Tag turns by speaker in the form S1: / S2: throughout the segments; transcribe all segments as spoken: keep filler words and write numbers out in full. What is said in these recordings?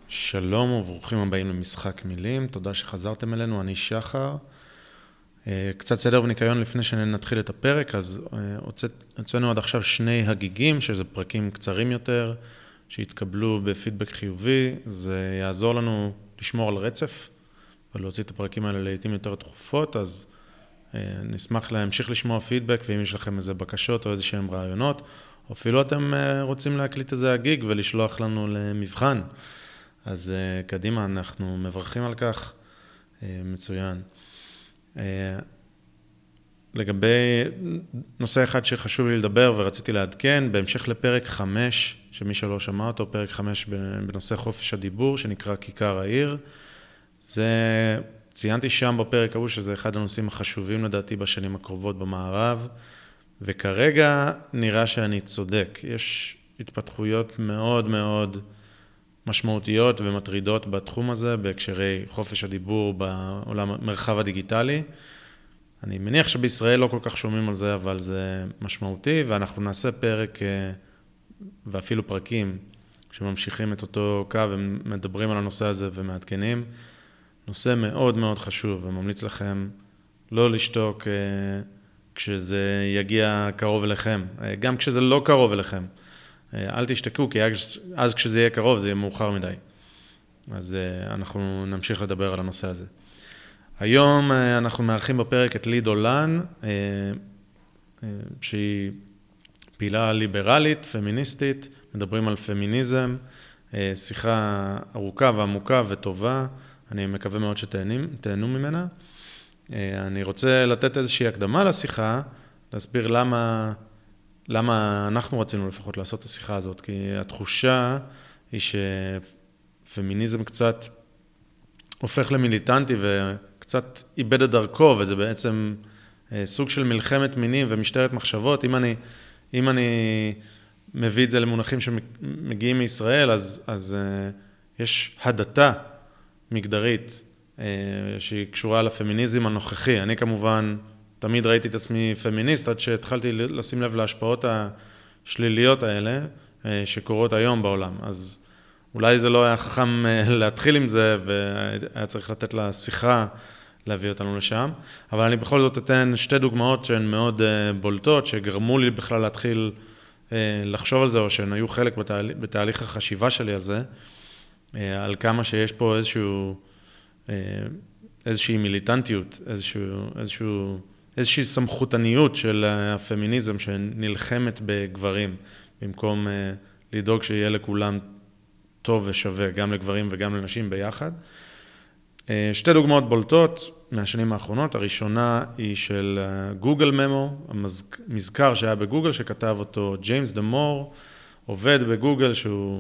S1: שלום וברוכים הבאים למשחק מילים, תודה שחזרתם אלינו, אני שחר. קצת סדר וניקיון לפני שנתחיל את הפרק, אז הוצאנו עד עכשיו שני הגיגים, שזה פרקים קצרים יותר, שהתקבלו בפידבק חיובי, זה יעזור לנו לשמור על רצף, ולהוציא את הפרקים האלה לעתים יותר תכופות, אז נשמח להמשיך לשמוע פידבק, ואם יש לכם איזה בקשות או איזה שהם רעיונות, או אפילו אתם רוצים להקליט איזה הגיג ולשלוח לנו למבחן. אז uh, קדימה, אנחנו מברכים על כך, uh, מצוין. Uh, לגבי נושא אחד שחשוב לי לדבר ורציתי לעדכן, בהמשך לפרק חמש, שמי שלא שמע אותו, פרק חמש בנושא חופש הדיבור, שנקרא כיכר העיר. זה, ציינתי שם בפרק ההוא שזה אחד הנושאים החשובים לדעתי בשנים הקרובות במערב, וכרגע נראה שאני צודק. יש התפתחויות מאוד מאוד משמעותיות ומטרידות בתחום הזה, בהקשרי חופש הדיבור בעולם המרחב הדיגיטלי. אני מניח שבישראל לא כל כך שומעים על זה, אבל זה משמעותי, ואנחנו נעשה פרק ואפילו פרקים שממשיכים את אותו קו ומדברים על הנושא הזה ומעדכנים. נושא מאוד מאוד חשוב, וממליץ לכם לא לשתוק כשזה יגיע קרוב אליכם, גם כשזה לא קרוב אליכם. אל תשתקו, כי אז כשזה יהיה קרוב, זה יהיה מאוחר מדי. אז אנחנו נמשיך לדבר על הנושא הזה. היום אנחנו מארחים בפרק את לי דולן, שהיא פעילה ליברלית, פמיניסטית, מדברים על פמיניזם, שיחה ארוכה ועמוקה וטובה, אני מקווה מאוד שתהנו ממנה. אני רוצה לתת איזושהי הקדמה לשיחה, להסביר למה... למה אנחנו רצינו לפחות לעשות את השיחה הזאת, כי התחושה היא שפמיניזם קצת הופך למיליטנטי וקצת איבד את דרכו, וזה בעצם סוג של מלחמת מינים ומשטרת מחשבות. אם אני, אם אני מביא את זה למונחים שמגיעים מישראל, אז, אז יש הדתה מגדרית שהיא קשורה לפמיניזם הנוכחי. אני כמובן... תמיד ראיתי את עצמי פמיניסט, עד שהתחלתי לשים לב להשפעות השליליות האלה שקורות היום בעולם. אז אולי זה לא היה חכם להתחיל עם זה, והיה צריך לתת לה שיחה להביא אותנו לשם. אבל אני בכל זאת אתן שתי דוגמאות שהן מאוד בולטות, שגרמו לי בכלל להתחיל לחשוב על זה, או שהן היו חלק בתהליך, בתהליך החשיבה שלי על זה, על כמה שיש פה איזשהו, איזושהי מיליטנטיות, איזשהו, איזשהו, איזושהי סמכותניות של הפמיניזם שנלחמת בגברים, במקום לדאוג שיהיה לכולם טוב ושווה, גם לגברים וגם לנשים ביחד. שתי דוגמאות בולטות מהשנים האחרונות, הראשונה היא של גוגל ממו, המזכר שהיה בגוגל, שכתב אותו ג'יימס דה מור, עובד בגוגל שהוא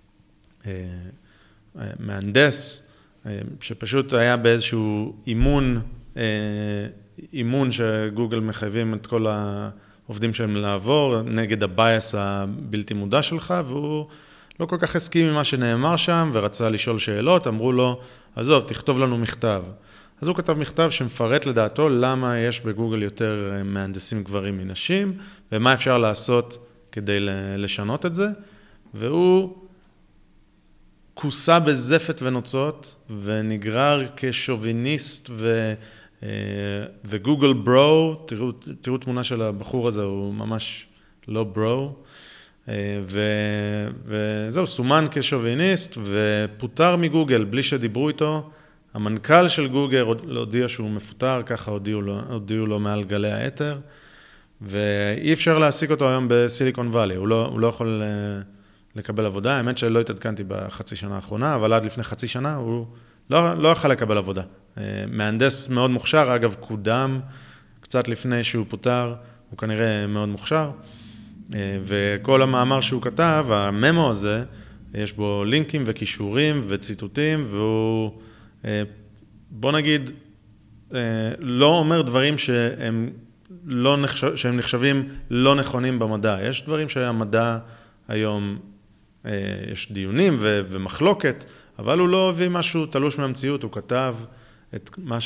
S1: מהנדס, שפשוט היה באיזשהו אימון, אימון שגוגל מחייבים את כל העובדים שלהם לעבור, נגד הבייס הבלתי מודע שלך, והוא לא כל כך הסכים ממה שנאמר שם, ורצה לשאול שאלות, אמרו לו, עזוב, תכתוב לנו מכתב. אז הוא כתב מכתב שמפרט לדעתו למה יש בגוגל יותר מהנדסים גברים מנשים, ומה אפשר לעשות כדי לשנות את זה, והוא כוסה בזפת ונוצות, ונגרר כשוביניסט ו... וגוגל ברו, תראו, תראו תמונה של הבחור הזה, הוא ממש לא ברו, ו... וזהו, סומן כשוביניסט, ופוטר מגוגל בלי שדיברו איתו. המנכ"ל של גוגל הודיע שהוא מפוטר, ככה הודיעו לו, הודיעו לו מעל גלי האתר, ואי אפשר להשיג אותו היום בסיליקון ואלי, הוא לא, הוא לא יכול לקבל עבודה. האמת שלא התעדכנתי בחצי שנה האחרונה, אבל עד לפני חצי שנה הוא לא, לא יכול לקבל עבודה. מהנדס מאוד מוכשר, אגב, קודם קצת לפני שהוא פוטר, הוא כנראה מאוד מוכשר, וכל המאמר שהוא כתב, הממו הזה, יש בו לינקים וקישורים וציטוטים, והוא, בוא נגיד, לא אומר דברים שהם, לא נחשב, שהם נחשבים לא נכונים במדע. יש דברים שהמדע היום, יש דיונים ומחלוקת, אבל הוא לא הביא משהו תלוש מהמציאות, הוא כתב את מה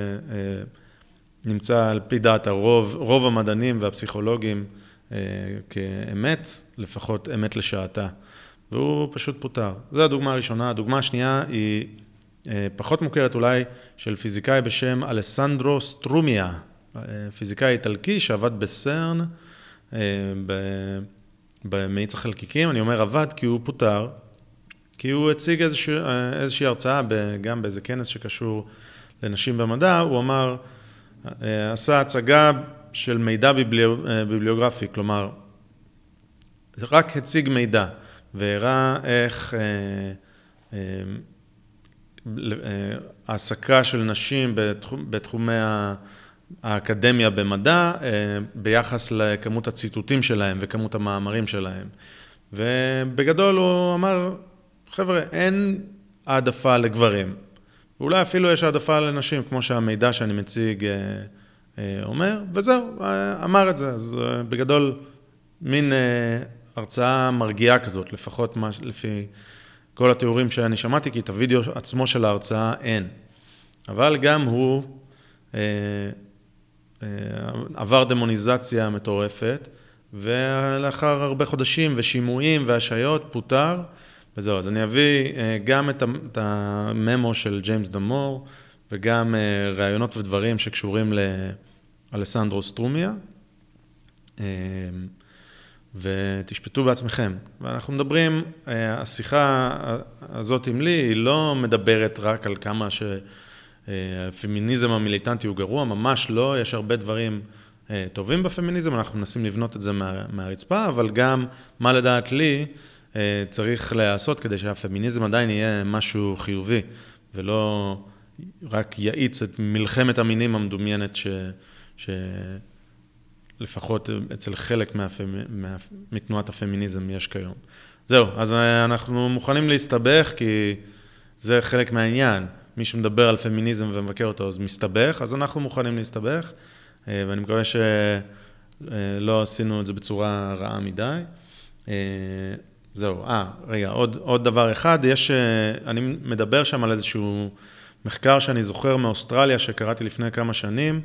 S1: שנמצא על פי דעת הרוב, רוב המדענים והפסיכולוגים כאמת, לפחות אמת לשעתה. והוא פשוט פוטר. זו הדוגמה הראשונה. הדוגמה השנייה היא פחות מוכרת אולי של פיזיקאי בשם אלסנדרו סטרומיה, פיזיקאי איטלקי שעבד בסרן, במאיץ החלקיקים. אני אומר עבד כי הוא פוטר, כי הוא הציג איזושהי, איזושהי הרצאה גם באיזה כנס שקשור לנשים במדע. הוא אמר, עשה הצגה של מידע ביבליוגרפי, כלומר, רק הציג מידע, והראה איך העסקה של נשים בתחום, בתחומי האקדמיה במדע, ביחס לכמות הציטוטים שלהם וכמות המאמרים שלהם. ובגדול הוא אמר, חבר'ה, אין העדפה לגברים. ואולי אפילו יש העדפה לנשים, כמו שהמידע שאני מציג אומר, וזהו, אמר את זה. אז בגדול, מין הרצאה מרגיעה כזאת, לפחות מה, לפי כל התיאורים שאני שמעתי, כי את הוידאו עצמו של ההרצאה אין. אבל גם הוא אה, אה, עבר דמוניזציה מטורפת, ולאחר הרבה חודשים ושימועים והשעיות פוטר, וזהו. אז אני אביא אה, גם את, את הממו של ג'יימס דמור, וגם אה, רעיונות ודברים שקשורים לאלסנדרו סטרומיה, אה, ותשפטו בעצמכם. ואנחנו מדברים, השיחה הזאת עם לי, היא לא מדברת רק על כמה שהפמיניזם המיליטנטי הוא גרוע, ממש לא, יש הרבה דברים טובים בפמיניזם, אנחנו מנסים לבנות את זה מה, מהרצפה, אבל גם מה לדעת לי צריך לעשות כדי שהפמיניזם עדיין יהיה משהו חיובי, ולא רק יעיץ את מלחמת המינים המדומיינת ש... ש... לפחות אצל חלק מהפמ... מה... מתנועת הפמיניזם יש כיום. זהו, אז אנחנו מוכנים להסתבך, כי זה חלק מהעניין. מי שמדבר על פמיניזם ומבקר אותו, אז מסתבך, אז אנחנו מוכנים להסתבך, ואני מקווה שלא עשינו את זה בצורה רעה מדי. זהו, אה, רגע, עוד, עוד דבר אחד, יש, אני מדבר שם על איזשהו מחקר שאני זוכר מאוסטרליה, שקראתי לפני כמה שנים,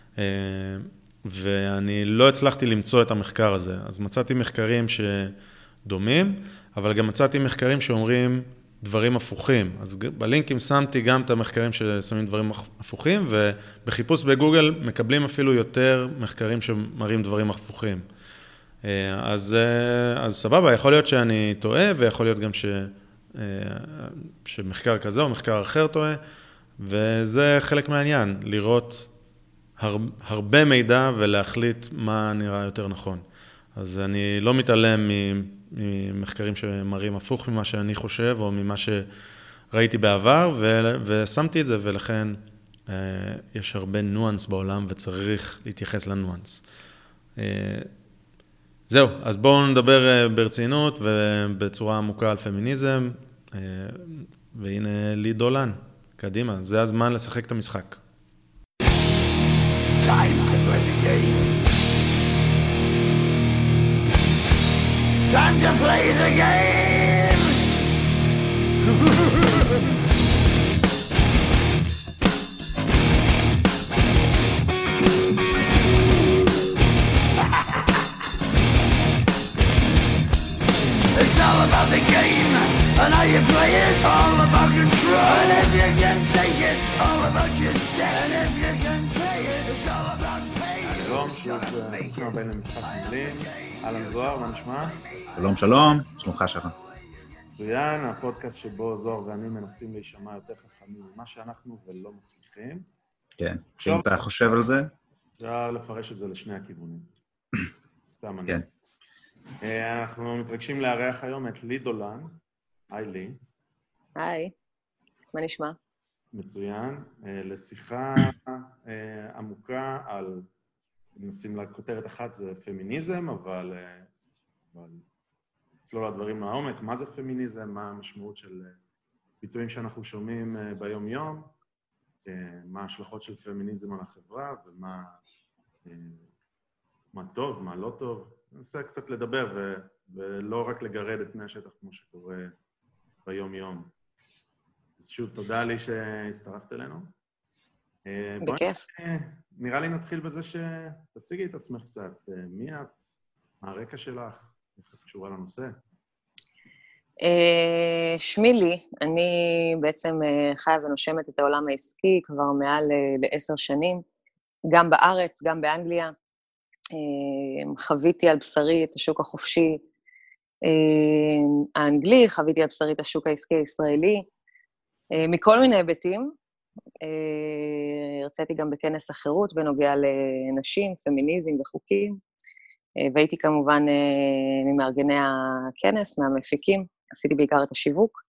S1: ואני לא הצלחתי למצוא את המחקר הזה. אז מצאתי מחקרים שדומים, אבל גם מצאתי מחקרים שאומרים דברים הפוכים. אז בלינקים שמתי גם את המחקרים ששמים דברים הפוכים, ובחיפוש בגוגל מקבלים אפילו יותר מחקרים שמראים דברים הפוכים. אז, אז סבבה, יכול להיות שאני טועה, ויכול להיות גם ש, שמחקר כזה או מחקר אחר טועה, וזה חלק מהעניין, לראות הרבה מידע ולהחליט מה נראה יותר נכון. אז אני לא מתעלם ממחקרים שמראים הפוך ממה שאני חושב, או ממה שראיתי בעבר, ושמתי את זה, ולכן יש הרבה ניואנס בעולם, וצריך להתייחס לניואנס. זהו, אז בואו נדבר ברצינות, ובצורה עמוקה על פמיניזם, והנה לי דולן, קדימה, זה הזמן לשחק את המשחק.
S2: Time to play the game. Time to play the game. It's all about the game and how you play it. All about control. And if you can take it, all about your debt. And if you can pay it, it's all about pay.
S1: שלום, שוב, אנחנו הבאים למשחק מילים. אהלן זוהר, מה נשמע?
S3: שלום, שלום, שלומך שרון.
S1: מצוין, הפודקאסט שבו זוהר ואני מנסים להישמע יותר חכמים ממה שאנחנו ולא מצליחים.
S3: כן, אם אתה חושב על זה?
S1: אפשר לפרש את זה לשני הכיוונים. סתם אני.
S3: כן.
S1: אנחנו מתרגשים לארח היום את לי דולן. היי לי.
S4: היי, מה נשמע?
S1: מצוין. לשיחה עמוקה על, נשים לה כותרת אחת, זה פמיניזם, אבל, אבל צלול הדברים לעומק, מה זה פמיניזם, מה המשמעות של ביטויים שאנחנו שומעים ביום-יום, מה ההשלכות של פמיניזם על החברה, ומה מה טוב, מה לא טוב. ננסה קצת לדבר, ו, ולא רק לגרד את פני השטח כמו שקורה ביום-יום. אז שוב, תודה לי שהצטרפת אלינו.
S4: בכיף.
S1: נראה לי נתחיל בזה שתציגי את עצמך קצת. מי את? מה הרקע שלך? איך את קשורה לנושא?
S4: שמי לי, אני בעצם חיה ונושמת את העולם העסקי כבר מעל לעשר שנים, גם בארץ, גם באנגליה. חוויתי על בשרי את השוק החופשי האנגלי, חוויתי על בשרי את השוק העסקי הישראלי, מכל מיני היבטים. הרציתי גם בכנס החירות בנוגע לנשים, פמיניזם וחוקים, והייתי כמובן ממארגני הכנס, מהמפיקים, עשיתי בעיקר את השיווק.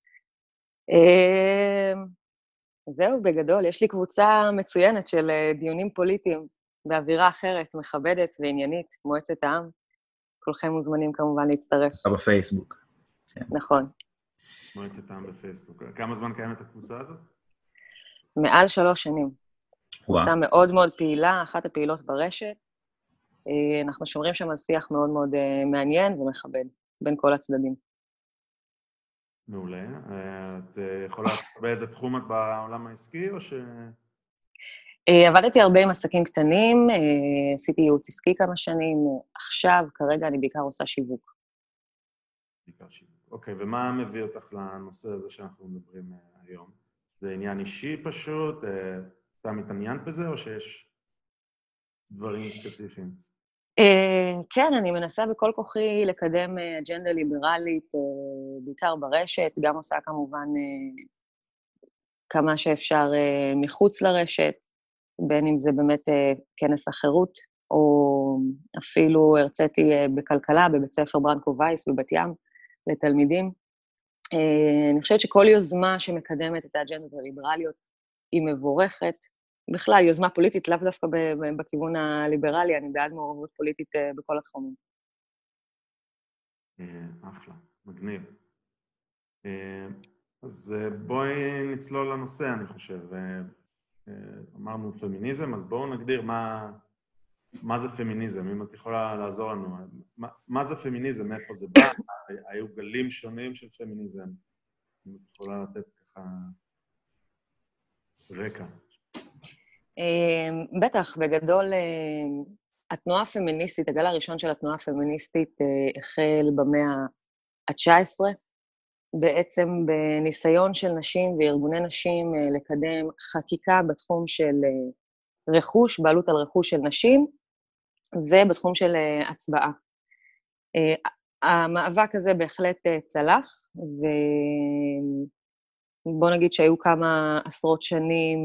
S4: זהו, בגדול, יש לי קבוצה מצוינת של דיונים פוליטיים, באווירה אחרת, מכבדת ועניינית, מועצת העם. כולכם מוזמנים כמובן להצטרף.
S3: בפייסבוק.
S4: נכון.
S1: מועצת העם בפייסבוק. כמה זמן קיימת הקבוצה הזאת?
S4: מעל שלוש שנים. קבוצה מאוד מאוד פעילה, אחת הפעילות ברשת. אנחנו שומרים שם על שיח מאוד מאוד מעניין ומכבד בין כל הצדדים.
S1: מעולה. את יכולה באיזה תחום את בעולם העסקי או ש...
S4: עבדתי הרבה עם עסקים קטנים, עשיתי ייעוץ עסקי כמה שנים, עכשיו, כרגע אני בעיקר עושה שיווק.
S1: בעיקר שיווק. אוקיי, ומה מביא אותך לנושא הזה שאנחנו מדברים היום? זה עניין אישי פשוט? אתה מתעניינת בזה או שיש דברים ספציפיים?
S4: כן, אני מנסה בכל כוחי לקדם אג'נדה ליברלית, בעיקר ברשת, גם עושה כמובן כמה שאפשר מחוץ לרשת, בין אם זה באמת כנס החירות, או אפילו הרציתי בכלכלה, בבית ספר ברנקו וייס, בבת ים, לתלמידים. אני חושבת שכל יוזמה שמקדמת את האג'נדות הליברליות היא מבורכת, בכלל, יוזמה פוליטית, לאו דווקא בכיוון הליברלי, אני בעד מעורבות פוליטית בכל התחומים.
S1: אחלה, מגניב. אז בואי נצלול לנושא, אני חושב. אמרנו פמיניזם, אז בואו נגדיר מה, מה זה פמיניזם, אם את יכולה לעזור לנו. מה, מה זה פמיניזם, מאיפה זה בא? היו גלים שונים של פמיניזם. אם את יכולה לתת ככה רקע.
S4: בטח, בגדול, התנועה הפמיניסטית, הגל הראשון של התנועה הפמיניסטית החל במאה ה-תשע עשרה, בעצם בניסיון של נשים וארגוני נשים לקדם חקיקה בתחום של רכוש, בעלות על רכוש של נשים, ובתחום של הצבעה. המאבק הזה בהחלט צלח, ובוא נגיד שהיו כמה עשרות שנים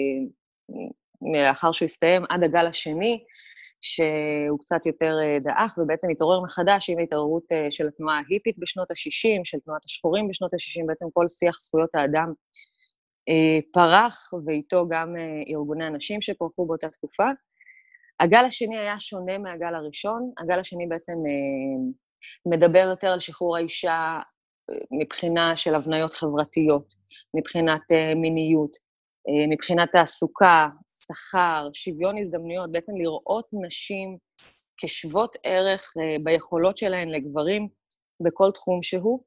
S4: לאחר שהוא הסתיים, עד הגל השני, שהוא קצת יותר דאח, ובעצם התעורר מחדש עם ההתעוררות של התנועה ההיפית בשנות ה-שישים, של תנועת השחורים בשנות ה-שישים, בעצם כל שיח זכויות האדם פרח, ואיתו גם ארגוני הנשים שפרחו באותה תקופה. הגל השני היה שונה מהגל הראשון, הגל השני בעצם מדבר יותר על שחרור האישה מבחינה של הבניות חברתיות, מבחינת מיניות, מבחינת תעסוקה, שכר, שוויון הזדמנויות, בעצם לראות נשים כשוות ערך ביכולות שלהן לגברים בכל תחום שהוא.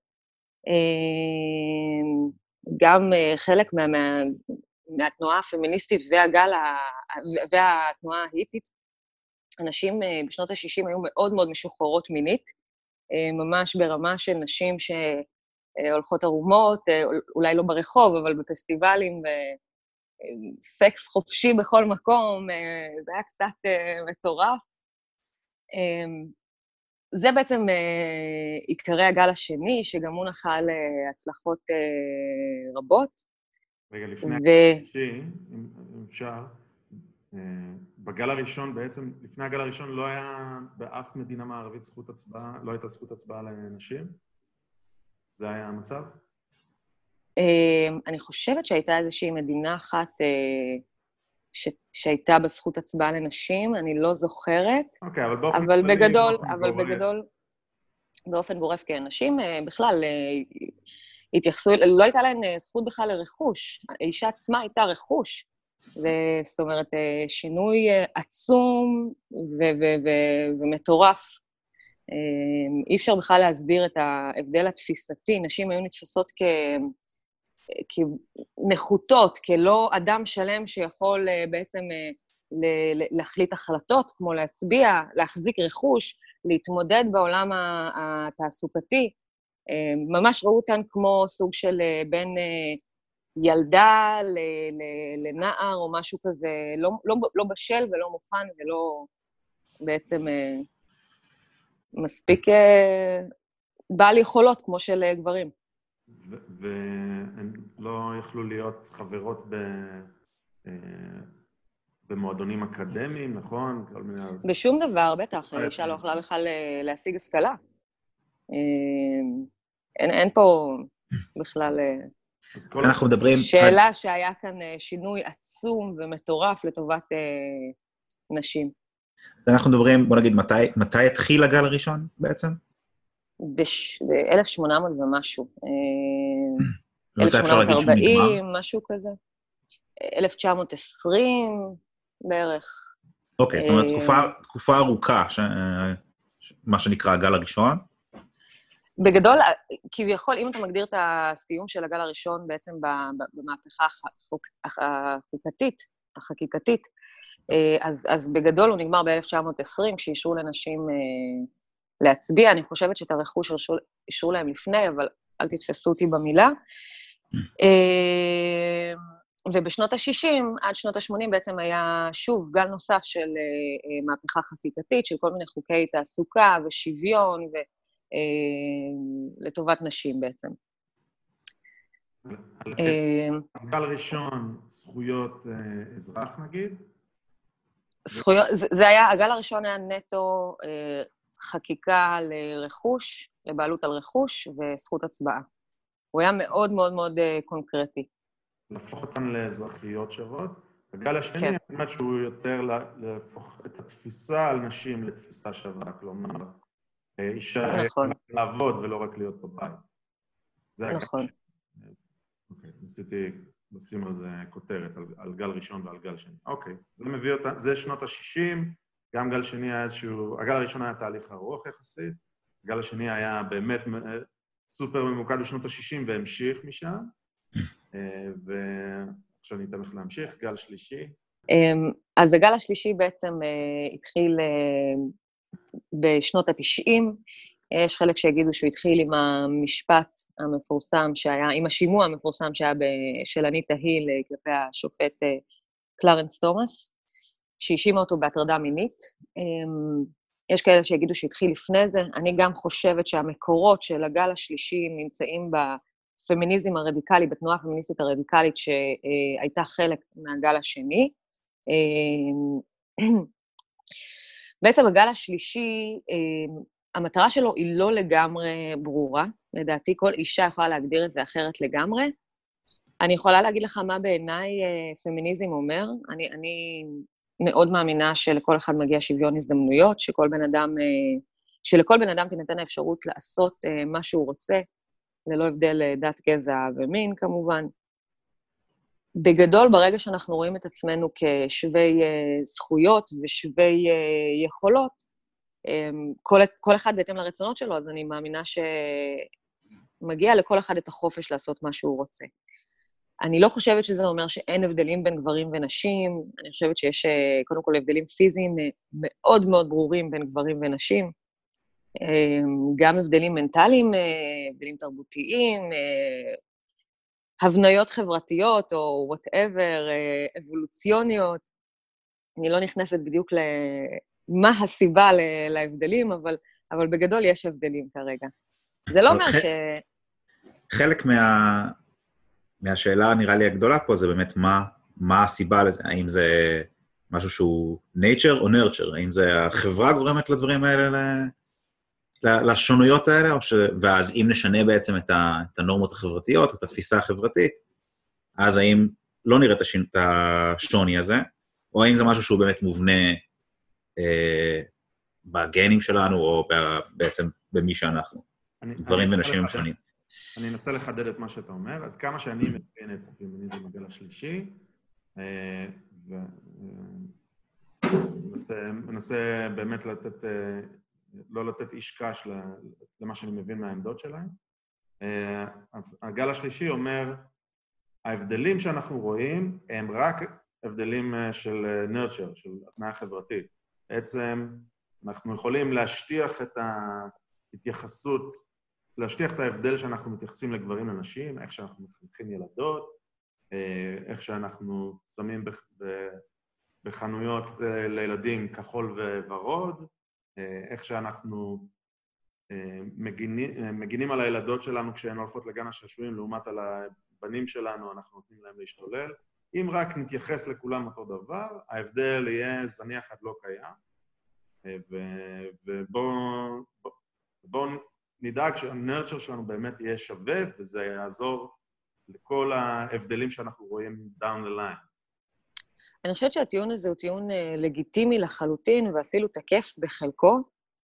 S4: גם חלק מה, מה, מהתנועה הפמיניסטית והגל, והתנועה ההיפית, הנשים בשנות ה-שישים היו מאוד מאוד משוחררות מינית, ממש ברמה של נשים שהולכות ערומות, אולי לא ברחוב, אבל בפסטיבלים, סקס חופשי בכל מקום, זה היה קצת מטורף. זה בעצם עיקרי הגל השני, שגם הוא נחל הצלחות רבות.
S1: רגע, לפני הגל השני, אם אפשר, בגל הראשון בעצם, לפני הגל הראשון לא היה באף מדינה מערבית זכות הצבעה, לא הייתה זכות הצבעה לנשים? זה היה המצב?
S4: אני חושבת שהייתה איזושהי מדינה אחת שהייתה בזכות הצבעה לנשים, אני לא זוכרת.
S1: אוקיי, אבל באופן
S4: אבל בגדול, אבל בגדול, באופן גורף, כן, נשים בכלל התייחסו, לא הייתה להן זכות בכלל לרכוש, האישה עצמה הייתה רכוש, זאת אומרת, שינוי עצום ומטורף. אי אפשר בכלל להסביר את ההבדל התפיסתי, נשים היו נתפסות כ... כנחותות, כלא אדם שלם שיכול בעצם להחליט החלטות, כמו להצביע, להחזיק רכוש, להתמודד בעולם התעסוקתי. ממש ראו אותן כמו סוג של בין ילדה לנער או משהו כזה, לא, לא, לא בשל ולא מוכן ולא בעצם מספיק בעל יכולות כמו של גברים.
S1: והן לא יכלו להיות חברות ב... במועדונים אקדמיים, נכון?
S4: בשום דבר, בטח, אישה לא יכלה בכלל להשיג השכלה. אין, אין פה בכלל
S3: אנחנו מדברים...
S4: שאלה שהיה כאן שינוי עצום ומטורף לטובת נשים.
S3: אז אנחנו מדברים, בוא נגיד, מתי, מתי התחיל הגל הראשון בעצם?
S4: ב-אלף שמונה מאות ומשהו.
S3: אלף שמונה מאות
S4: וארבעים, משהו כזה. אלף תשע מאות ועשרים בערך.
S3: אוקיי, זאת אומרת, תקופה, תקופה ארוכה, ש... מה שנקרא הגל הראשון.
S4: בגדול, כביכול, אם אתה מגדיר את הסיום של הגל הראשון בעצם במהפכה החוק, החוקתית, החקיקתית, אז, אז בגדול הוא נגמר ב-אלף תשע מאות ועשרים, כשאישרו לנשים להצביע. אני חושבת שאת הרכוש אישרו להם לפני, אבל אל תתפסו אותי במילה. ובשנות ה-שישים עד שנות ה-שמונים בעצם היה שוב גל נוסף של מהפכה חקיקתית, של כל מיני חוקי תעסוקה ושוויון ולטובת נשים בעצם.
S1: אז גל ראשון, זכויות אזרח נגיד?
S4: זכויות, זה היה, הגל הראשון היה נטו חקיקה לרכוש, לבעלות על רכוש וזכות הצבעה. הוא היה מאוד מאוד מאוד קונקרטי.
S1: להפוך אותן לאזרחיות שוות. הגל השני, אני אומרת שהוא יותר להפוך את התפיסה על נשים לתפיסה שווה, כלומר, אישה לעבוד ולא רק להיות בבית. זה הגל השני. אוקיי, ניסיתי לשים על זה כותרת, על גל ראשון ועל גל שני. אוקיי, זה מביא אותה, זה שנות ה-שישים, גם גל שני היה איזשהו, הגל הראשון היה תהליך ארוך יחסית, הגל השני היה באמת סופר ממוקד בשנות ה-שישים והמשיך משם, ועכשיו אני אתן לך להמשיך, גל שלישי.
S4: אז הגל השלישי בעצם התחיל בשנות ה-תשעים, יש חלק שהגידו שהוא התחיל עם המשפט המפורסם שהיה, עם השימוע המפורסם שהיה של אניטה היל כלפי השופט קלרנס תומאס, שהאשימה אותו בהטרדה מינית. יש כאלה שהגידו שהתחיל לפני זה, אני גם חושבת שהמקורות של הגל השלישי נמצאים בפמיניזם הרדיקלי, בתנועה הפמיניסטית הרדיקלית שהייתה חלק מהגל השני. בעצם הגל השלישי, המטרה שלו היא לא לגמרי ברורה, לדעתי כל אישה יכולה להגדיר את זה אחרת לגמרי. אני יכולה להגיד לך מה בעיניי פמיניזם אומר, אני, אני מאוד מאמינה שלכל אחד מגיע שוויון הזדמנויות, שכל בן אדם, שלכל בן אדם תינתן האפשרות לעשות מה שהוא רוצה, ללא הבדל דת, גזע ומין כמובן. בגדול, ברגע שאנחנו רואים את עצמנו כשווי זכויות ושווי יכולות, כל, כל אחד בהתאם לרצונות שלו, אז אני מאמינה שמגיע לכל אחד את החופש לעשות מה שהוא רוצה. אני לא חושבת שזה אומר שאין הבדלים בין גברים ונשים, אני חושבת שיש קודם כל הבדלים פיזיים מאוד מאוד ברורים בין גברים ונשים, גם הבדלים מנטליים, הבדלים תרבותיים, הבניות חברתיות או whatever, אבולוציוניות. אני לא נכנסת בדיוק למה הסיבה להבדלים, אבל, אבל בגדול יש הבדלים כרגע. זה לא אומר ש...
S3: חלק מה... מהשאלה נראה לי הגדולה פה זה באמת מה, מה הסיבה לזה, האם זה משהו שהוא nature או nurture, האם זה החברה גורמת לדברים האלה, לשונויות האלה, או ש... ואז אם נשנה בעצם את, ה... את הנורמות החברתיות, את התפיסה החברתית, אז האם לא נראה את, השינ... את השוני הזה, או האם זה משהו שהוא באמת מובנה אה, בגנים שלנו, או בעצם במי שאנחנו, אני, דברים ונשים הם שונים.
S1: אני אנסה לחדד את מה שאתה אומר, עד כמה שאני מבין את הפמיניזם הגל השלישי, ומנסה באמת לתת, לא לתת איש קש למה שאני מבין מהעמדות שלהם. הגל השלישי אומר, ההבדלים שאנחנו רואים הם רק הבדלים של נרצ'ר, של התנועה חברתית. בעצם אנחנו יכולים להשטיח את ההתייחסות להשטיח את ההבדל שאנחנו מתייחסים לגברים לנשים, איך שאנחנו מחנכים ילדות, איך שאנחנו שמים בחנויות לילדים כחול וורוד, איך שאנחנו מגינים, מגינים על הילדות שלנו כשהן הולכות לגן השעשועים, לעומת על הבנים שלנו, אנחנו נותנים להם להשתולל. אם רק נתייחס לכולם אותו דבר, ההבדל יהיה זניח עד לא קיים, ובואו נדאג שהנרצ'ר שלנו באמת יהיה שווה, וזה יעזור לכל ההבדלים שאנחנו רואים down the line.
S4: אני חושבת שהטיעון הזה הוא טיעון לגיטימי לחלוטין, ואפילו תקף בחלקו.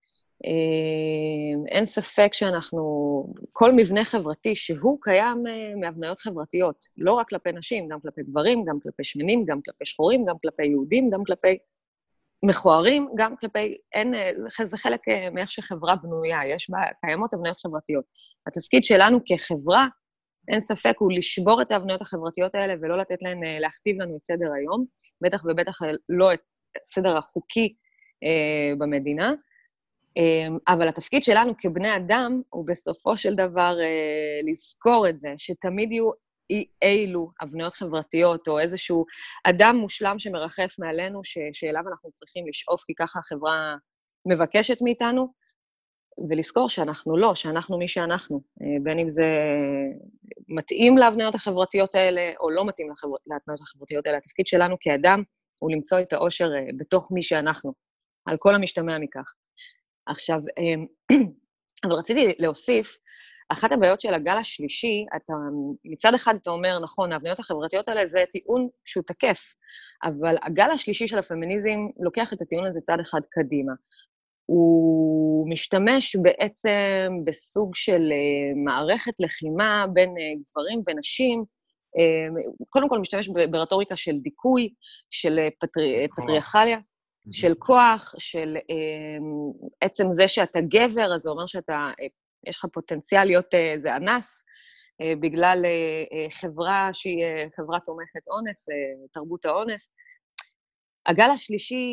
S4: אין ספק שאנחנו, כל מבנה חברתי שהוא קיים מהבניות חברתיות, לא רק כלפי נשים, גם כלפי גברים, גם כלפי שמנים, גם כלפי שחורים, גם כלפי יהודים, גם כלפי מכוערים, גם כלפי, אין, זה חלק מאיך שחברה בנויה, יש בה, קיימות הבניות חברתיות. התפקיד שלנו כחברה, אין ספק, הוא לשבור את ההבניות החברתיות האלה, ולא לתת להן להכתיב לנו את סדר היום, בטח ובטח לא את סדר החוקי אה, במדינה, אה, אבל התפקיד שלנו כבני אדם, הוא בסופו של דבר אה, לזכור את זה, שתמיד יהיו אי אילו הבניות חברתיות, או איזשהו אדם מושלם שמרחף מעלינו, ש, שאליו אנחנו צריכים לשאוף, כי ככה החברה מבקשת מאיתנו, ולזכור שאנחנו לא, שאנחנו מי שאנחנו, בין אם זה מתאים להבניות החברתיות האלה, או לא מתאים להבניות החברתיות האלה. התפקיד שלנו כאדם הוא למצוא את האושר בתוך מי שאנחנו, על כל המשתמע מכך. עכשיו, אבל רציתי להוסיף, אחת הבעיות של הגל השלישי, אתה, מצד אחד אתה אומר, נכון, ההבניות החברתיות האלה זה טיעון שהוא תקף, אבל הגל השלישי של הפמיניזם לוקח את הטיעון הזה צד אחד קדימה. הוא משתמש בעצם בסוג של מערכת לחימה בין גברים ונשים, קודם כל משתמש ברטוריקה של דיכוי, של פטרי, פטריארכליה, של כוח, של עצם זה שאתה גבר, אז זה אומר שאתה, יש לך פוטנציאל להיות איזה אנס, בגלל חברה שהיא חברה תומכת אונס, תרבות האונס. הגל השלישי,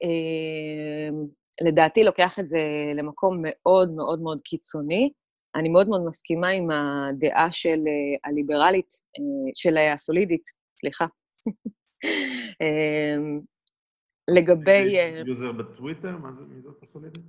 S4: לדעתי לוקח את זה למקום מאוד מאוד מאוד קיצוני. אני מאוד מאוד מסכימה עם הדעה של הליברלית, של הסולידית, סליחה. לגבי...
S1: יוזר בטוויטר? מה זה, מי זאת הסולידית?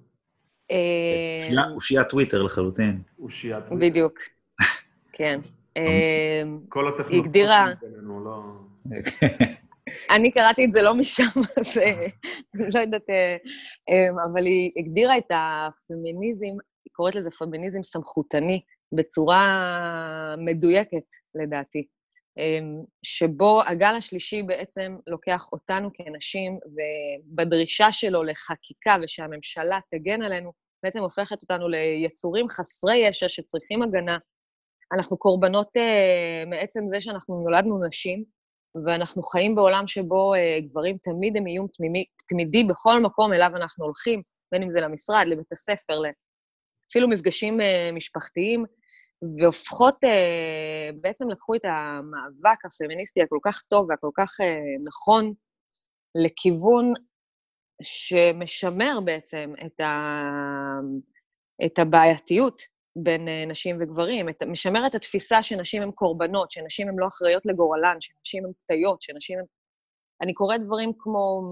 S3: אושיית טוויטר לחלוטין.
S1: אושיית טוויטר.
S4: בדיוק, כן.
S1: כל הטכנולוגיות שלנו, לא...
S4: אני קראתי את זה לא משם, אז לא יודעת, אבל היא הגדירה את הפמיניזם, היא קוראת לזה פמיניזם סמכותני, בצורה מדויקת, לדעתי, שבו הגל השלישי בעצם לוקח אותנו כאנשים, ובדרישה שלו לחקיקה ושהממשלה תגן עלינו, בעצם הופכת אותנו ליצורים חסרי ישע שצריכים הגנה. אנחנו קורבנות מעצם זה שאנחנו נולדנו נשים, ואנחנו חיים בעולם שבו גברים תמיד הם איום תמימי, תמידי בכל מקום אליו אנחנו הולכים, בין אם זה למשרד, לבית הספר, אפילו מפגשים משפחתיים, והופכות, בעצם לקחו את המאבק הפמיניסטי הכל כך טוב והכל כך נכון, לכיוון שמשמר בעצם את, ה, את הבעייתיות בין נשים וגברים, את, משמר את התפיסה שנשים הן קורבנות, שנשים הן לא אחראיות לגורלן, שנשים הן פתיות, שנשים הן... אני קוראת דברים כמו,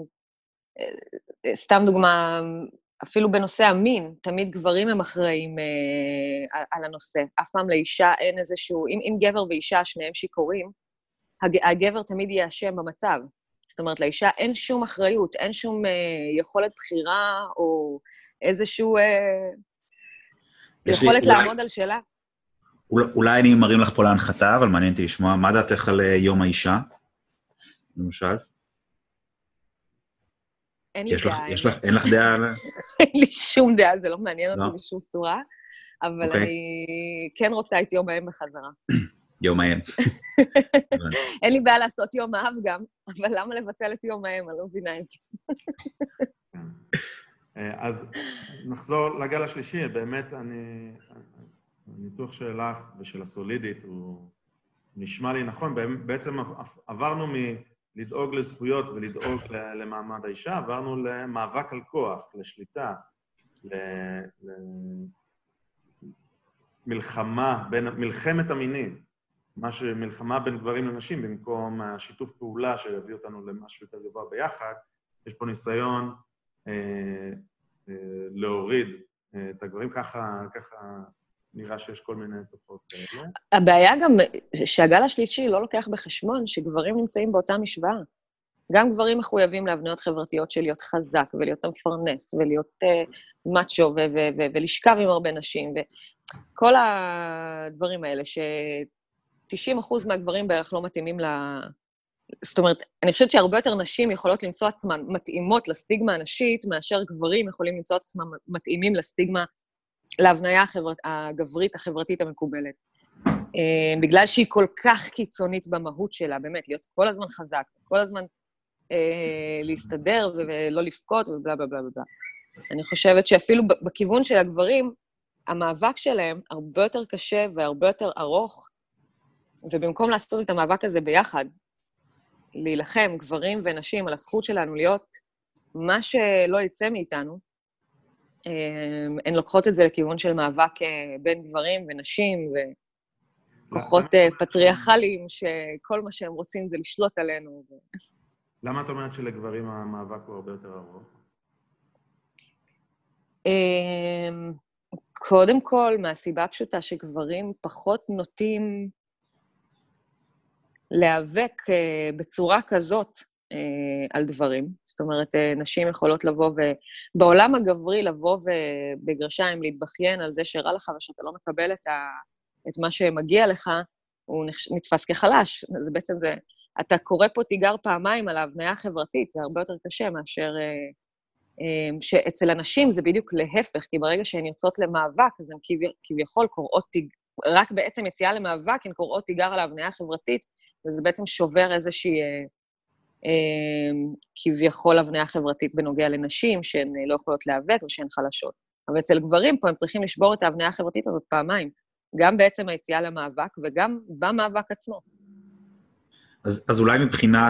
S4: סתם דוגמה, אפילו בנושא המין, תמיד גברים הם אחראים אה, על הנושא. אף פעם לאישה אין איזשהו, אם, אם גבר ואישה שניהם שיכורים, הג, הגבר תמיד יהיה אשם במצב. זאת אומרת, לאישה אין שום אחריות, אין שום אה, יכולת בחירה, או איזשהו אה, יכולת לי, לעמוד אולי, על שאלה.
S3: אולי, אולי אני מרים לך פה להנחתה, אבל מעניין אותי לשמוע, מה דעתך על יום האישה, למשל?
S4: אין לי דעה.
S3: יש לך, אין לך דעה?
S4: אין לי שום דעה, זה לא מעניין אותי בשום צורה, אבל אני כן רוצה את יום האם בחזרה.
S3: יום האם.
S4: אין לי בעיה לעשות יום האב גם, אבל למה לבטל את יום האם? אני לא מבינה את זה.
S1: אז נחזור לגל השלישי, באמת אני, הניתוח שלך ושל הסולידית הוא נשמע לי נכון, בעצם עברנו מ... לדאוג לזכויות ולדאוג למעמד האישה, עברנו למאבק על כוח, לשליטה, ל... ל... מלחמה, בין, מלחמת המינים, מה שמלחמה בין גברים לנשים, במקום השיתוף פעולה שיביא אותנו למשהו יותר גבוה ביחד, יש פה ניסיון אה, אה, להוריד אה, את הגברים, ככה, ככה נראה שיש כל מיני תופעות כאלה.
S4: הבעיה גם שהגל השלישי לא לוקח בחשבון שגברים נמצאים באותה משוואה. גם גברים מחויבים להבניות חברתיות של להיות חזק ולהיות המפרנס ולהיות uh, מאצ'ו ו- ו- ו- ולשכב עם הרבה נשים, וכל הדברים האלה ש-תשעים אחוז מהגברים בערך לא מתאימים ל... זאת אומרת, אני חושבת שהרבה יותר נשים יכולות למצוא עצמן מתאימות לסטיגמה הנשית, מאשר גברים יכולים למצוא עצמם מתאימים לסטיגמה, להבניה החברת, הגברית, החברתית המקובלת. Uh, בגלל שהיא כל כך קיצונית במהות שלה, באמת, להיות כל הזמן חזק, כל הזמן uh, להסתדר ולא לפקוט ובלה בלה בלה בלה. אני חושבת שאפילו בכיוון של הגברים, המאבק שלהם הרבה יותר קשה והרבה יותר ארוך, ובמקום לעשות את המאבק הזה ביחד, להילחם גברים ונשים על הזכות שלנו להיות מה שלא יצא מאיתנו, הן לוקחות את זה לכיוון של מאבק בין גברים ונשים וכוחות פטריארכליים, שכל מה שהם רוצים זה לשלוט עלינו.
S1: למה את אומרת שלגברים המאבק הוא הרבה יותר ארוך?
S4: קודם כל, מהסיבה הפשוטה שגברים פחות נוטים להיאבק בצורה כזאת על דברים. זאת אומרת, נשים יכולות לבוא ובעולם הגברי לבוא ובגרשיים להתבכיין על זה שהראה לך ושאתה לא מקבל את, ה, את מה שמגיע לך, הוא נתפס כחלש. אז בעצם זה, אתה קורא פה תיגר פעמיים על ההבניה החברתית, זה הרבה יותר קשה מאשר שאצל אנשים זה בדיוק להפך, כי ברגע שהן יוצאות למאבק, אז הן כביכול קוראות תיגר, רק בעצם יציאה למאבק, הן קוראות תיגר על ההבניה החברתית, וזה בעצם שובר איזושהי כביכול הבניה חברתית בנוגע לנשים, שהן לא יכולות להיאבק ושהן חלשות. אבל אצל גברים פה הם צריכים לשבור את ההבניה החברתית הזאת פעמיים, גם בעצם היציאה למאבק וגם במאבק עצמו.
S3: אז, אז אולי מבחינת,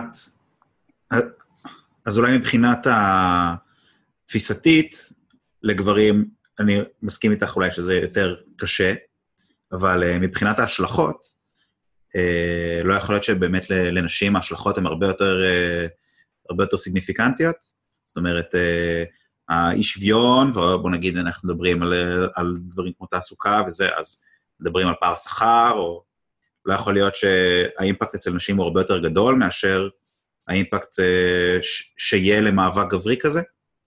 S3: אז אולי מבחינת התפיסתית לגברים, אני מסכים איתך אולי שזה יותר קשה, אבל מבחינת ההשלכות, לא יכול להיות שבאמת לנשים ההשלכות הן הרבה יותר, הרבה יותר סיגניפיקנטיות. זאת אומרת, האי שוויון, ובוא נגיד אנחנו מדברים על, על דברים כמו תעסוקה וזה, אז מדברים על פער שכר, או לא יכול להיות שהאימפקט אצל נשים הוא הרבה יותר גדול מאשר האימפקט שיהיה למאבק גברי כזה?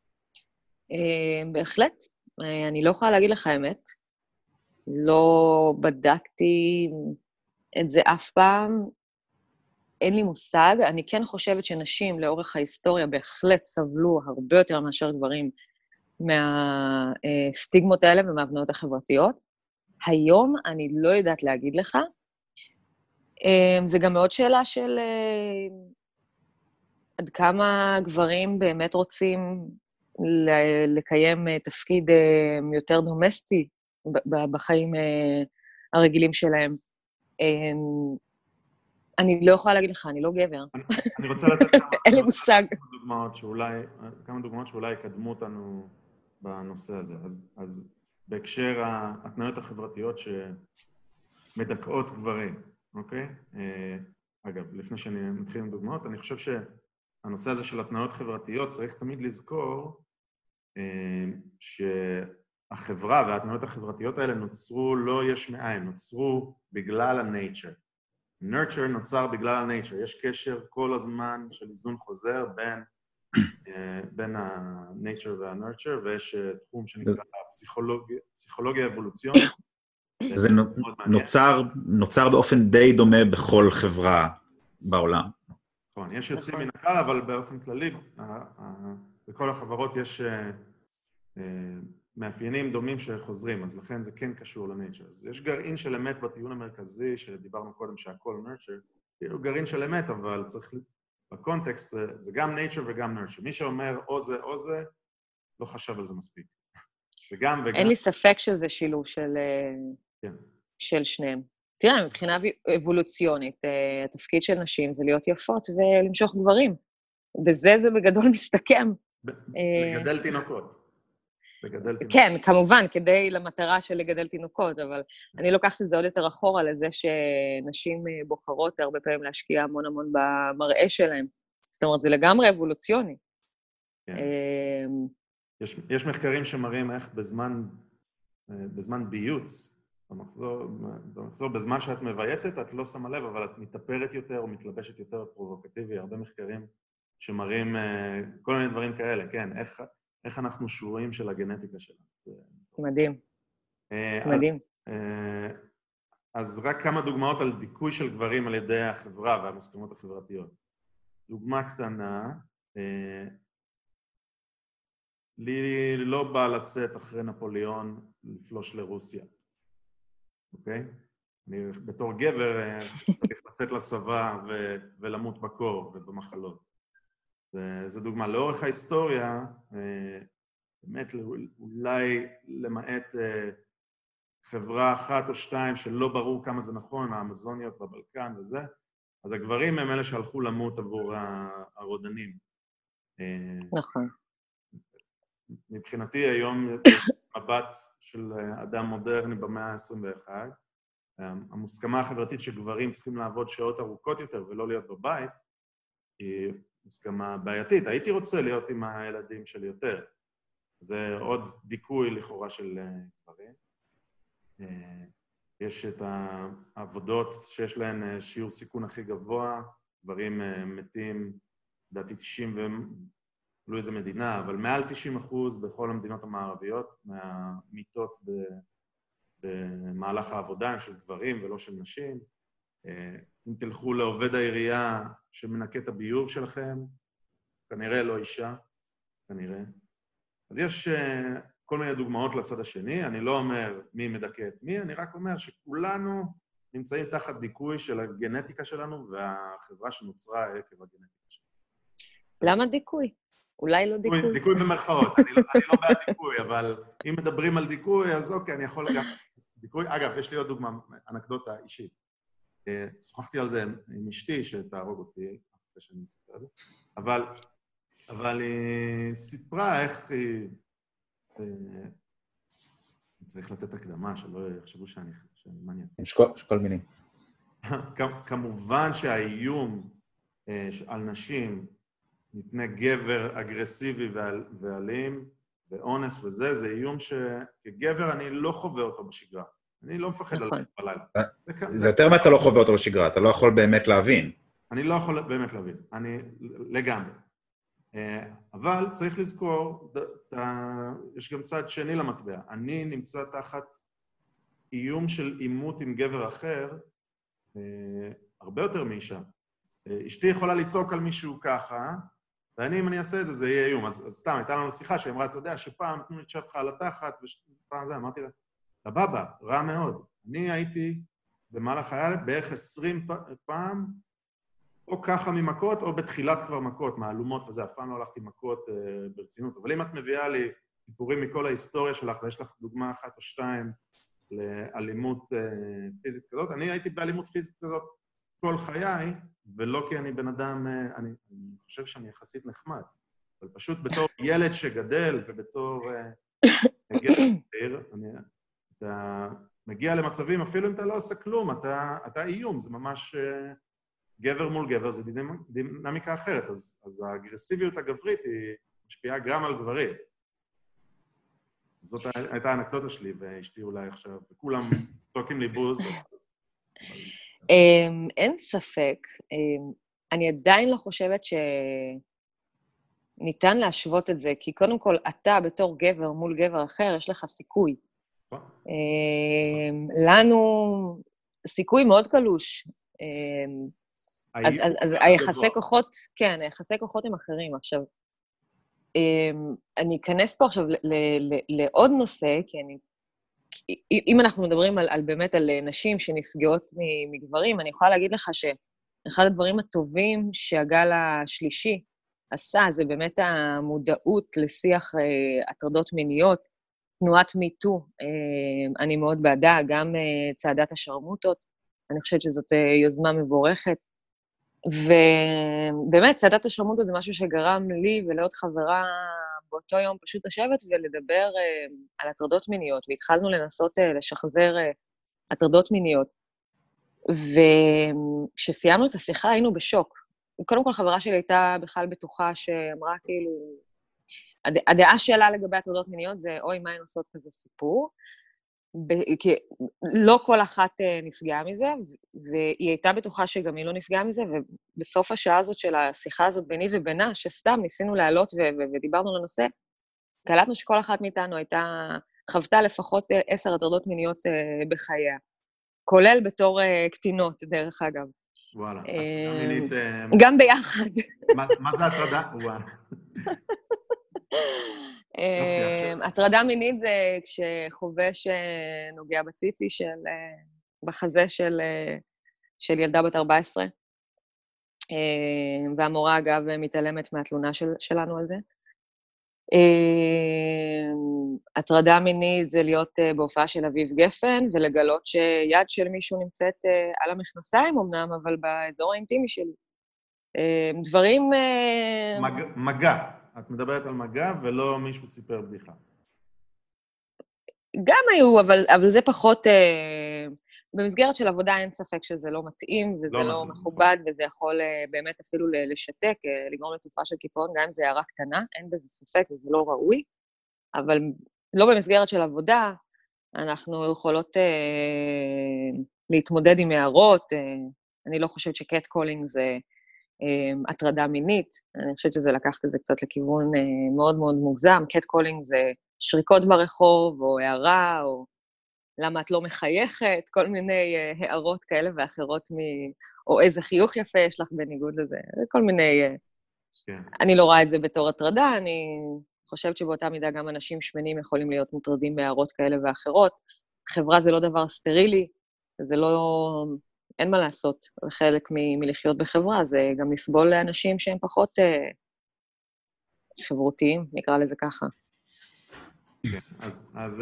S4: בהחלט. אני לא יכולה להגיד לך האמת. לא בדקתי את זה אף פעם, אין לי מושג. אני כן חושבת שנשים לאורך ההיסטוריה בהחלט סבלו הרבה יותר מאשר גברים מהסטיגמות האלה ומהבניות החברתיות. היום אני לא יודעת להגיד לך. זה גם מאוד שאלה של עד כמה גברים באמת רוצים לקיים תפקיד יותר דומסטי בחיים הרגילים שלהם. אני לא יכולה להגיד לך, אני לא גבר.
S1: אני רוצה לתת
S4: אין לי מושג.
S1: כמה דוגמאות שאולי יקדמו אותנו בנושא הזה. אז בהקשר ההתניות החברתיות שמדכאות גברים, אוקיי? אגב, לפני שאני מתחיל עם דוגמאות, אני חושב שהנושא הזה של התניות חברתיות צריך תמיד לזכור שהחברה וההתניות החברתיות האלה נוצרו לא יש מאין, נוצרו בגלל ה-nature. nurture נוצר בגלל ה-nature. יש קשר כל הזמן של איזון חוזר בין, בין ה-nature וה-nurture, ויש תחום שנקרא פסיכולוגיה, פסיכולוגיה אבולוציונית.
S3: זה נוצר, נוצר באופן די דומה בכל חברה בעולם.
S1: נכון, יש יוצאים מן הכלל, אבל באופן כללי, בכל החברות יש מאפיינים דומים שחוזרים, אז לכן זה כן קשור לנייצ'ר. אז יש גרעין של אמת בטיעון המרכזי, שדיברנו קודם שהכל נרצ'ר, הוא גרעין של אמת, אבל צריך, בקונטקסט זה, זה גם נייצ'ר וגם נרצ'ר. מי שאומר או זה או זה, לא חשב על זה מספיק. וגם וגם...
S4: אין לי ספק שזה שילוב של,
S1: כן.
S4: של שניהם. תראה, מבחינה אבולוציונית, התפקיד של נשים זה להיות יפות ולמשוך גברים. בזה זה בגדול מסתכם.
S1: לגדל תינוקות. לגדל תינוקות.
S4: כן, כמובן, כדי למטרה של לגדל תינוקות, אבל אני לוקחת את זה עוד יותר אחורה לזה שנשים בוחרות הרבה פעמים להשקיע המון המון במראה שלהם. זאת אומרת, זה לגמרי אבולוציוני.
S1: כן. יש, יש מחקרים שמראים איך בזמן, בזמן ביוץ, במחזור, במחזור, בזמן שאת מבייצת, את לא שמה לב, אבל את מתאפרת יותר או מתלבשת יותר פרובוקטיבי, הרבה מחקרים שמראים כל מיני דברים כאלה, כן, איך, איך אנחנו שבויים של הגנטיקה שלנו.
S4: מדהים.
S1: אז,
S4: מדהים.
S1: אז רק כמה דוגמאות על דיכוי של גברים על ידי החברה והמוסכמות החברתיות. דוגמה קטנה, לי לא בא לצאת אחרי נפוליאון לפלוש לרוסיה, אוקיי? אני בתור גבר צריך לצאת לצבא ו- ולמות בקור ובמחלות. זו דוגמה. לאורך ההיסטוריה, באמת אולי למעט חברה אחת או שתיים שלא ברור כמה זה נכון, האמזוניות בבלקן וזה, אז הגברים הם אלה שהלכו למות עבור הרודנים.
S4: נכון.
S1: מבחינתי היום מבט של אדם מודרני במאה ה-עשרים ואחת, המוסכמה החברתית שגברים צריכים לעבוד שעות ארוכות יותר ולא להיות בבית, היא מוסכמה בעייתית. הייתי רוצה להיות עם הילדים שלי יותר. זה עוד דיכוי לכאורה של גברים. יש את העבודות שיש להן שיעור סיכון הכי גבוה, גברים מתים, לדעתי תשעים ו... לא איזה מדינה, אבל מעל תשעים אחוז בכל המדינות המערביות, מהמיטות במהלך העבודה הם של גברים ולא של נשים. אם תלכו לעובד העירייה שמנקה את הביוב שלכם, כנראה לא אישה, כנראה. אז יש כל מיני דוגמאות לצד השני, אני לא אומר מי מדכא את מי, אני רק אומר שכולנו נמצאים תחת דיכוי של הגנטיקה שלנו והחברה שנוצרה עקב הגנטיקה שלנו.
S4: למה דיכוי? אולי לא דיכוי.
S1: דיכוי, דיכוי במרכאות, אני לא, אני לא בעד דיכוי, אבל אם מדברים על דיכוי, אז אוקיי, אני יכול גם... דיכוי, אגב, יש לי עוד דוגמה, אנקדוטה אישית. שוחחתי על זה עם אשתי, שתהרוג אותי, אחרי שאני מספר את זה, אבל, אבל היא סיפרה איך היא... צריך לתת הקדמה, שלא יחשבו שאני מעניין.
S3: יש כל מיני.
S1: כמובן שהאיום על נשים מפני גבר אגרסיבי ואלים, ואונס וזה, זה איום שכגבר אני לא חווה אותו בשגרה. אני לא מפחד על זה בלילה.
S3: זה יותר מה אתה לא חווה אותו בשגרה, אתה לא יכול באמת להבין.
S1: אני לא יכול באמת להבין, אני לגמרי. אבל צריך לזכור, יש גם צד שני למטבע. אני נמצא תחת איום של אימות עם גבר אחר, הרבה יותר מאישה. אשתי יכולה לצעוק על מישהו ככה, ואני, אם אני אעשה את זה, זה יהיה איום. אז, אז סתם, הייתה לנו שיחה שאמרה, אתה יודע, שפעם נתנו לי תשפך על התחת, ופעם זה, אמרתי לה, לבבא, רע מאוד. אני הייתי במהלך חיי בערך עשרים פעם, או ככה ממכות, או בתחילת כבר מכות, מהלומות וזה, אף פעם לא הלכתי מכות אה, ברצינות. אבל אם את מביאה לי סיפורים מכל ההיסטוריה שלך, ויש לך דוגמה אחת או שתיים לאלימות אה, פיזית כזאת, אני הייתי באלימות פיזית כזאת כל חיי, ולא כי אני בן אדם, אה, אני, אני חושב שאני יחסית נחמד, אבל פשוט בתור ילד שגדל, ובתור אה, גדל, אני, אתה מגיע למצבים, אפילו אם אתה לא עושה כלום, אתה, אתה איום, זה ממש... אה, גבר מול גבר זה דינמיקה אחרת, אז, אז האגרסיביות הגברית היא משפיעה גם על גברים. זאת הייתה האנקדוטה שלי, ואשתי אולי עכשיו, וכולם צועקים לי בוז.
S4: אין ספק, אני עדיין לא חושבת שניתן להשוות את זה, כי קודם כל, אתה בתור גבר מול גבר אחר, יש לך סיכוי. לנו סיכוי מאוד קלוש. אז, אז, אז היחסי כוחות, כן, היחסי כוחות הם אחרים. עכשיו, אני אכנס פה עכשיו ל, ל, ל, לעוד נושא, כי אני, אם אנחנו מדברים על, על באמת על נשים שנפגעות מגברים, אני יכולה להגיד לך שאחד הדברים הטובים שהגל השלישי עשה, זה באמת המודעות לשיח הטרדות מיניות, תנועת מיטו, אני מאוד בעדה, גם צעדת השרמוטות, אני חושבת שזאת יוזמה מבורכת, ובאמת, צעדת השרמוטות זה משהו שגרם לי ולעוד חברה באותו יום פשוט לשבת ולדבר uh, על הטרדות מיניות, והתחלנו לנסות uh, לשחזר uh, הטרדות מיניות. וכשסיימנו את השיחה היינו בשוק. קודם כל, חברה שלי הייתה בכלל בטוחה שאמרה כאילו, הד... הדעה שלה לגבי הטרדות מיניות זה, אוי, מה הן עושות כזה סיפור? ב- כי לא כל אחת uh, נפגעה מזה, והיא הייתה בטוחה שגם היא לא נפגעה מזה, ובסוף השעה הזאת של השיחה הזאת ביני ובינה, שסתם ניסינו לעלות ו- ו- ודיברנו לנושא, קלטנו שכל אחת מאיתנו הייתה, חוותה לפחות uh, עשר הטרדות מיניות uh, בחייה, כולל בתור uh, קטינות, דרך אגב.
S5: וואלה,
S4: Uh,
S5: הטרדה מינית...
S4: גם ביחד.
S5: מה, מה זה הטרדה? וואלה.
S4: הטרדה מינית זה כשחובש נוגע בציצי של, בחזה של, של ילדה בת ארבע עשרה, והמורה אגב מתעלמת מהתלונה של, שלנו על זה. הטרדה מינית זה להיות בהופעה של אביב גפן, ולגלות שיד של מישהו נמצאת על המכנסיים אמנם, אבל באזור האינטימי שלי. דברים...
S5: מג, מגע. את מדברת על מגע, ולא מישהו סיפר בדיחה.
S4: גם היו, אבל, אבל זה פחות... אה, במסגרת של עבודה אין ספק שזה לא מתאים, וזה לא, לא מכובד, וזה יכול אה, באמת אפילו לשתק, אה, לגרום לתופעה של קיפאון, גם אם זה הערה קטנה, אין בזה ספק, וזה לא ראוי, אבל לא במסגרת של עבודה, אנחנו יכולות אה, להתמודד עם הערות, אה, אני לא חושבת שקט קולינג זה... הטרדה מינית, אני חושבת שזה לקחת את זה קצת לכיוון מאוד מאוד מוגזם, קט קולינג זה שריקות ברחוב, או הערה, או למה את לא מחייכת, כל מיני הערות כאלה ואחרות, מ... או איזה חיוך יפה יש לך בניגוד לזה, כל מיני... כן. אני לא רואה את זה בתור הטרדה, אני חושבת שבאותה מידה גם אנשים שמנים יכולים להיות מוטרדים בהערות כאלה ואחרות, חברה זה לא דבר סטרילי, זה לא... אין מה לעשות, וחלק מ- מלחיות בחברה, זה גם לסבול לאנשים שהם פחות אה, חברותיים, נקרא לזה ככה.
S5: כן, אז... אז,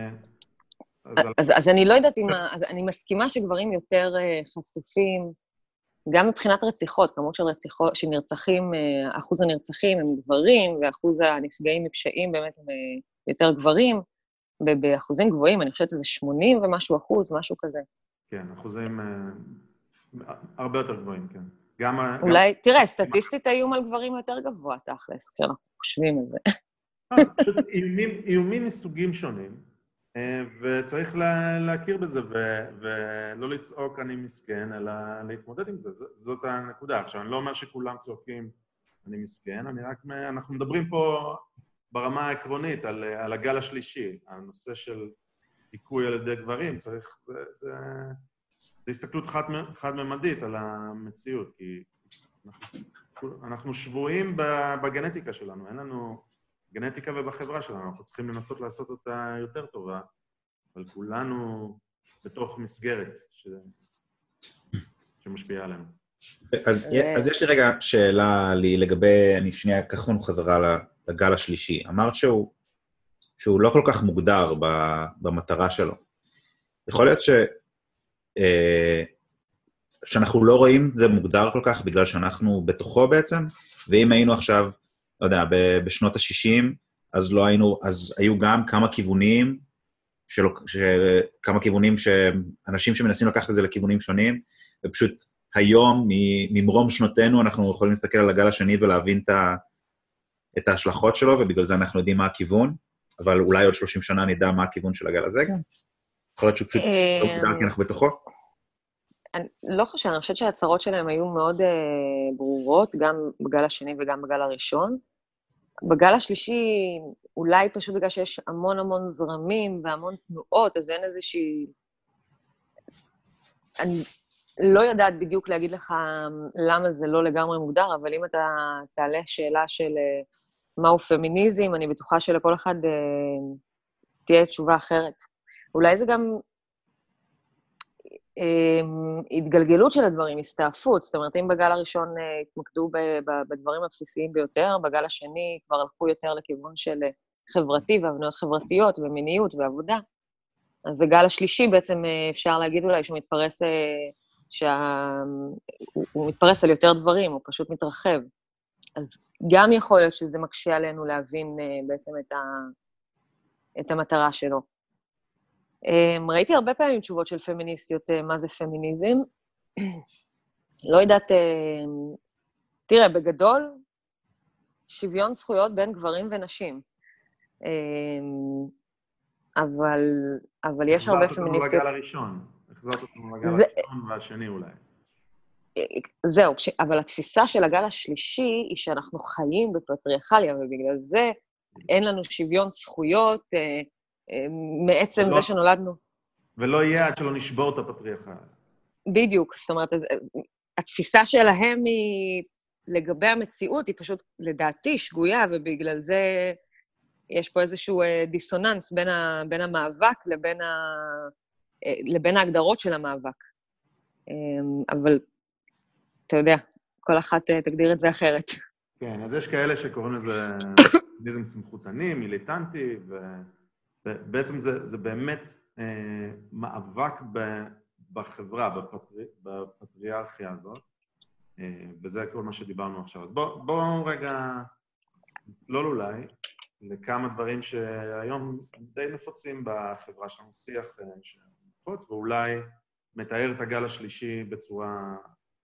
S4: אז, אז, אז אני לא יודעת אם... אז אני מסכימה שגברים יותר אה, חשופים, גם מבחינת רציחות, כמות של רציחות, שנרצחים, אה, אחוז הנרצחים הם גברים, ואחוז הנפגעים מפשעים באמת הם אה, יותר גברים, באחוזים גבוהים, אני חושבת שזה שמונים ומשהו אחוז, משהו כזה.
S5: כן, אחוזים uh, הרבה יותר גבוהים, כן. גם...
S4: אולי,
S5: גם...
S4: תראה, סטטיסטית האיום על גברים יותר גבוה, תכלס, כשאנחנו חושבים על זה.
S5: פשוט איומים, איומים מסוגים שונים, וצריך לה, להכיר בזה, ו, ולא לצעוק אני מסכן, אלא להתמודד עם זה. ז, זאת הנקודה. עכשיו, אני לא אומר שכולם צועקים אני מסכן, אני רק... אנחנו מדברים פה ברמה העקרונית על, על הגל השלישי, הנושא של... דיכוי על ידי גברים, צריך, זה, זה, זה הסתכלות חד, חד-ממדית על המציאות, כי אנחנו, אנחנו שבויים בגנטיקה שלנו, אין לנו גנטיקה ובחברה שלנו, אנחנו צריכים לנסות לעשות אותה יותר טובה, אבל כולנו בתוך מסגרת ש, שמשפיעה עלינו.
S3: אז, אז יש לי רגע שאלה לי לגבי, אני שנייה ככה חזרה לגל השלישי, אמרת שהוא שהוא לא כל כך מוגדר במטרה שלו. יכול להיות ש... שאנחנו לא רואים זה מוגדר כל כך, בגלל שאנחנו בתוכו בעצם, ואם היינו עכשיו, לא יודע, בשנות ה-שישים, אז לא היינו, אז היו גם כמה כיוונים, של, של, כמה כיוונים שאנשים שמנסים לקחת את זה לכיוונים שונים, ופשוט היום, ממרום שנותינו, אנחנו יכולים להסתכל על הגל השני ולהבין את, ה, את ההשלכות שלו, ובגלל זה אנחנו יודעים מה הכיוון, אבל אולי עוד שלושים שנה נדע מה הכיוון של הגל הזה גם. יכול להיות שהוא פשוט לא מוגדר, כי אנחנו בתוכו.
S4: אני לא חושב, אני חושבת שההצהרות שלהם היו מאוד ברורות, גם בגל השני וגם בגל הראשון. בגל השלישי, אולי פשוט בגלל שיש המון המון זרמים והמון תנועות, אז אין איזושהי... אני לא יודעת בדיוק להגיד לך למה זה לא לגמרי מוגדר, אבל אם אתה תעלה שאלה של... מהו פמיניזם, אני בטוחה שלכל אחד אה, תהיה תשובה אחרת. אולי זה גם אה, התגלגלות של הדברים, הסתעפות, זאת אומרת, אם בגל הראשון אה, התמקדו ב, ב, בדברים הבסיסיים ביותר, בגל השני כבר הלכו יותר לכיוון של חברתי והבניות חברתיות ומיניות ועבודה, אז הגל השלישי בעצם אה, אפשר להגיד אולי שהוא מתפרס, אה, שה... הוא, הוא מתפרס על יותר דברים, הוא פשוט מתרחב. אז גם יכול להיות שזה מקשה עלינו להבין בעצם את, ה, את המטרה שלו. ראיתי הרבה פעמים תשובות של פמיניסטיות, מה זה פמיניזם. לא יודעת, תראה, בגדול, שוויון זכויות בין גברים ונשים. אבל, אבל יש הרבה פמיניסטיות...
S5: החזרת אותנו לגל הראשון. החזרת אותנו לגל הראשון והשני אולי.
S4: זהו, אבל התפיסה של הגל השלישי היא שאנחנו חיים בפטריארכליה, ובגלל זה אין לנו שוויון זכויות מעצם זה שנולדנו.
S5: ולא יהיה עד שלא נשבור את הפטריארכליה.
S4: בדיוק, זאת אומרת, התפיסה שלהם היא לגבי המציאות, היא פשוט לדעתי שגויה, ובגלל זה יש פה איזשהו דיסוננס בין, ה, בין המאבק לבין, ה, לבין ההגדרות של המאבק. אבל אתה יודע, כל אחת תגדיר את זה אחרת.
S5: כן, אז יש כאלה שקוראים לזה פמיניזם סמכותני, מיליטנטי, ובעצם זה, זה באמת אה, מאבק ב, בחברה, בפטרי, בפטריארכיה הזאת, אה, וזה כל מה שדיברנו עכשיו. אז בואו בוא רגע, לא אולי, לכמה דברים שהיום די נפוצים בחברה שלנו, שיח שנפוץ, ואולי מתאר את הגל השלישי בצורה...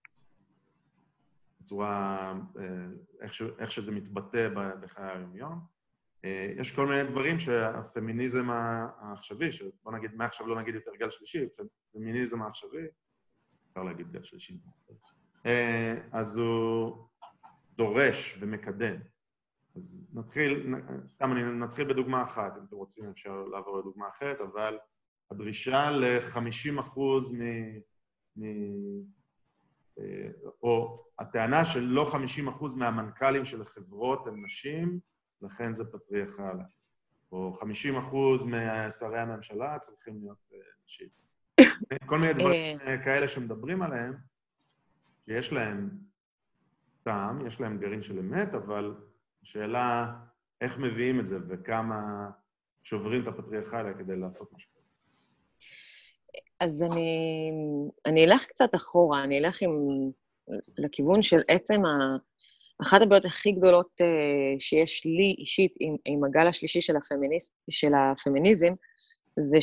S5: בצורה, איך, ש, איך שזה מתבטא בחיי היום-יום. יש כל מיני דברים שהפמיניזם העכשווי, שבוא נגיד, מעכשיו לא נגיד יותר גל שלישי, פמיניזם העכשווי, אפשר להגיד גל שלישי, אז הוא דורש ומקדם. אז נתחיל, סתם אני נתחיל בדוגמה אחת, אם אתם רוצים אפשר לעבור לדוגמה אחרת, אבל הדרישה ל-חמישים אחוז מ... מ או הטענה של לא חמישים אחוז מהמנכ"לים של החברות הם נשים, לכן זה פטריארכלי. או חמישים אחוז משרי הממשלה צריכים להיות נשים. כל מיני דברים כאלה שמדברים עליהם, שיש להם טעם, יש להם גרעין של אמת, אבל השאלה איך מביאים את זה וכמה שוברים את הפטריארכליה כדי לעשות משהו.
S4: אז אני, אני אלך קצת אחורה, אני אלך עם, לכיוון של עצם ה, אחת הבעיות הכי גדולות uh, שיש לי אישית עם, עם הגל השלישי של, הפמיניסט, של הפמיניזם, זה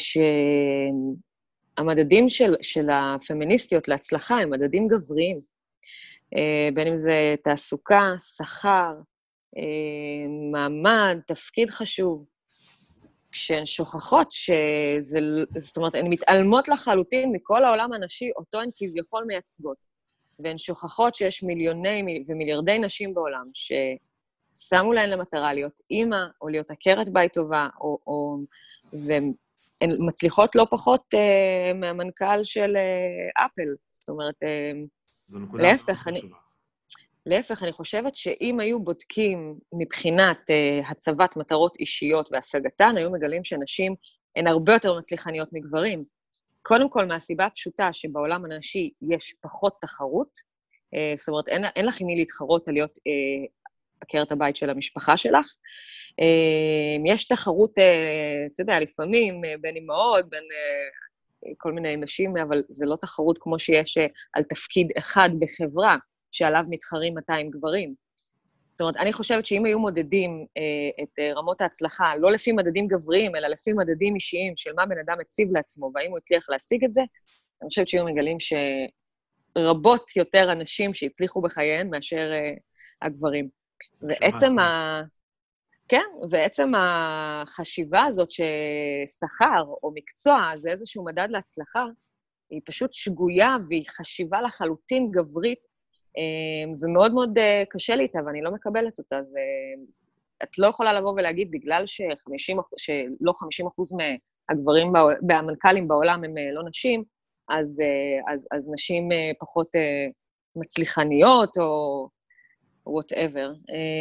S4: שהמדדים של, של הפמיניסטיות להצלחה הם מדדים גבריים, uh, בין אם זה תעסוקה, שכר, uh, מעמד, תפקיד חשוב, כשהן שוכחות שזה, זאת אומרת, הן מתעלמות לחלוטין מכל העולם הנשי, אותו הן כביכול מייצגות. והן שוכחות שיש מיליוני ומיליארדי נשים בעולם, ששמו להן למטרה להיות אימא, או להיות עקרת בית טובה, או, או, והן מצליחות לא פחות uh, מהמנכ"ל של uh, אפל. זאת אומרת, uh, להפך, אני... להפך, אני חושבת שאם היו בודקים מבחינת uh, הצבת מטרות אישיות והשגתן, היו מגלים שנשים הן הרבה יותר מצליחניות מגברים. קודם כל, מהסיבה הפשוטה שבעולם הנשי יש פחות תחרות, uh, זאת אומרת, אין, אין לך עם מי להתחרות על להיות uh, עקרת הבית של המשפחה שלך. Uh, יש תחרות, uh, אתה יודע, לפעמים uh, בין אמהות, בין uh, כל מיני נשים, אבל זה לא תחרות כמו שיש uh, על תפקיד אחד בחברה, שעליו מתחרים מאתיים גברים. זאת אומרת, אני חושבת שאם היו מודדים אה, את אה, רמות ההצלחה, לא לפי מדדים גבריים, אלא לפי מדדים אישיים של מה בן אדם מציב לעצמו, והאם הוא הצליח להשיג את זה, אני חושבת שהיו מגלים שרבות יותר אנשים שהצליחו בחייהם מאשר אה, הגברים. ועצם ה... כן, ועצם החשיבה הזאת ששכר או מקצוע זה איזשהו מדד להצלחה, היא פשוט שגויה והיא חשיבה לחלוטין גברית, זה מאוד מאוד קשה לי איתה, ואני לא מקבלת אותה. זה, את לא יכולה לבוא ולהגיד, בגלל ש-חמישים, שלא חמישים אחוז מהגברים, המנכ"לים בעולם הם לא נשים, אז, אז, אז נשים פחות מצליחניות, או whatever.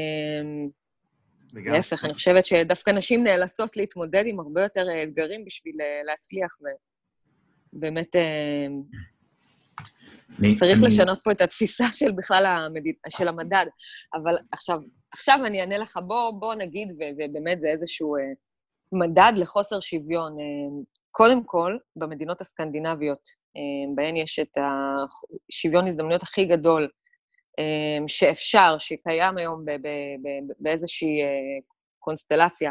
S4: להפך, אני חושבת שדווקא נשים נאלצות להתמודד עם הרבה יותר אתגרים בשביל להצליח, ובאמת... אני, צריך אני... לשנות פה את התפיסה של בכלל המדיד, של המדד, אבל עכשיו, עכשיו אני אענה לך, בוא, בוא נגיד, ו, ובאמת זה איזשהו אה, מדד לחוסר שוויון. אה, קודם כל, במדינות הסקנדינביות, אה, בהן יש את השוויון הזדמנויות הכי גדול שאפשר, שקיים היום באיזושהי קונסטלציה.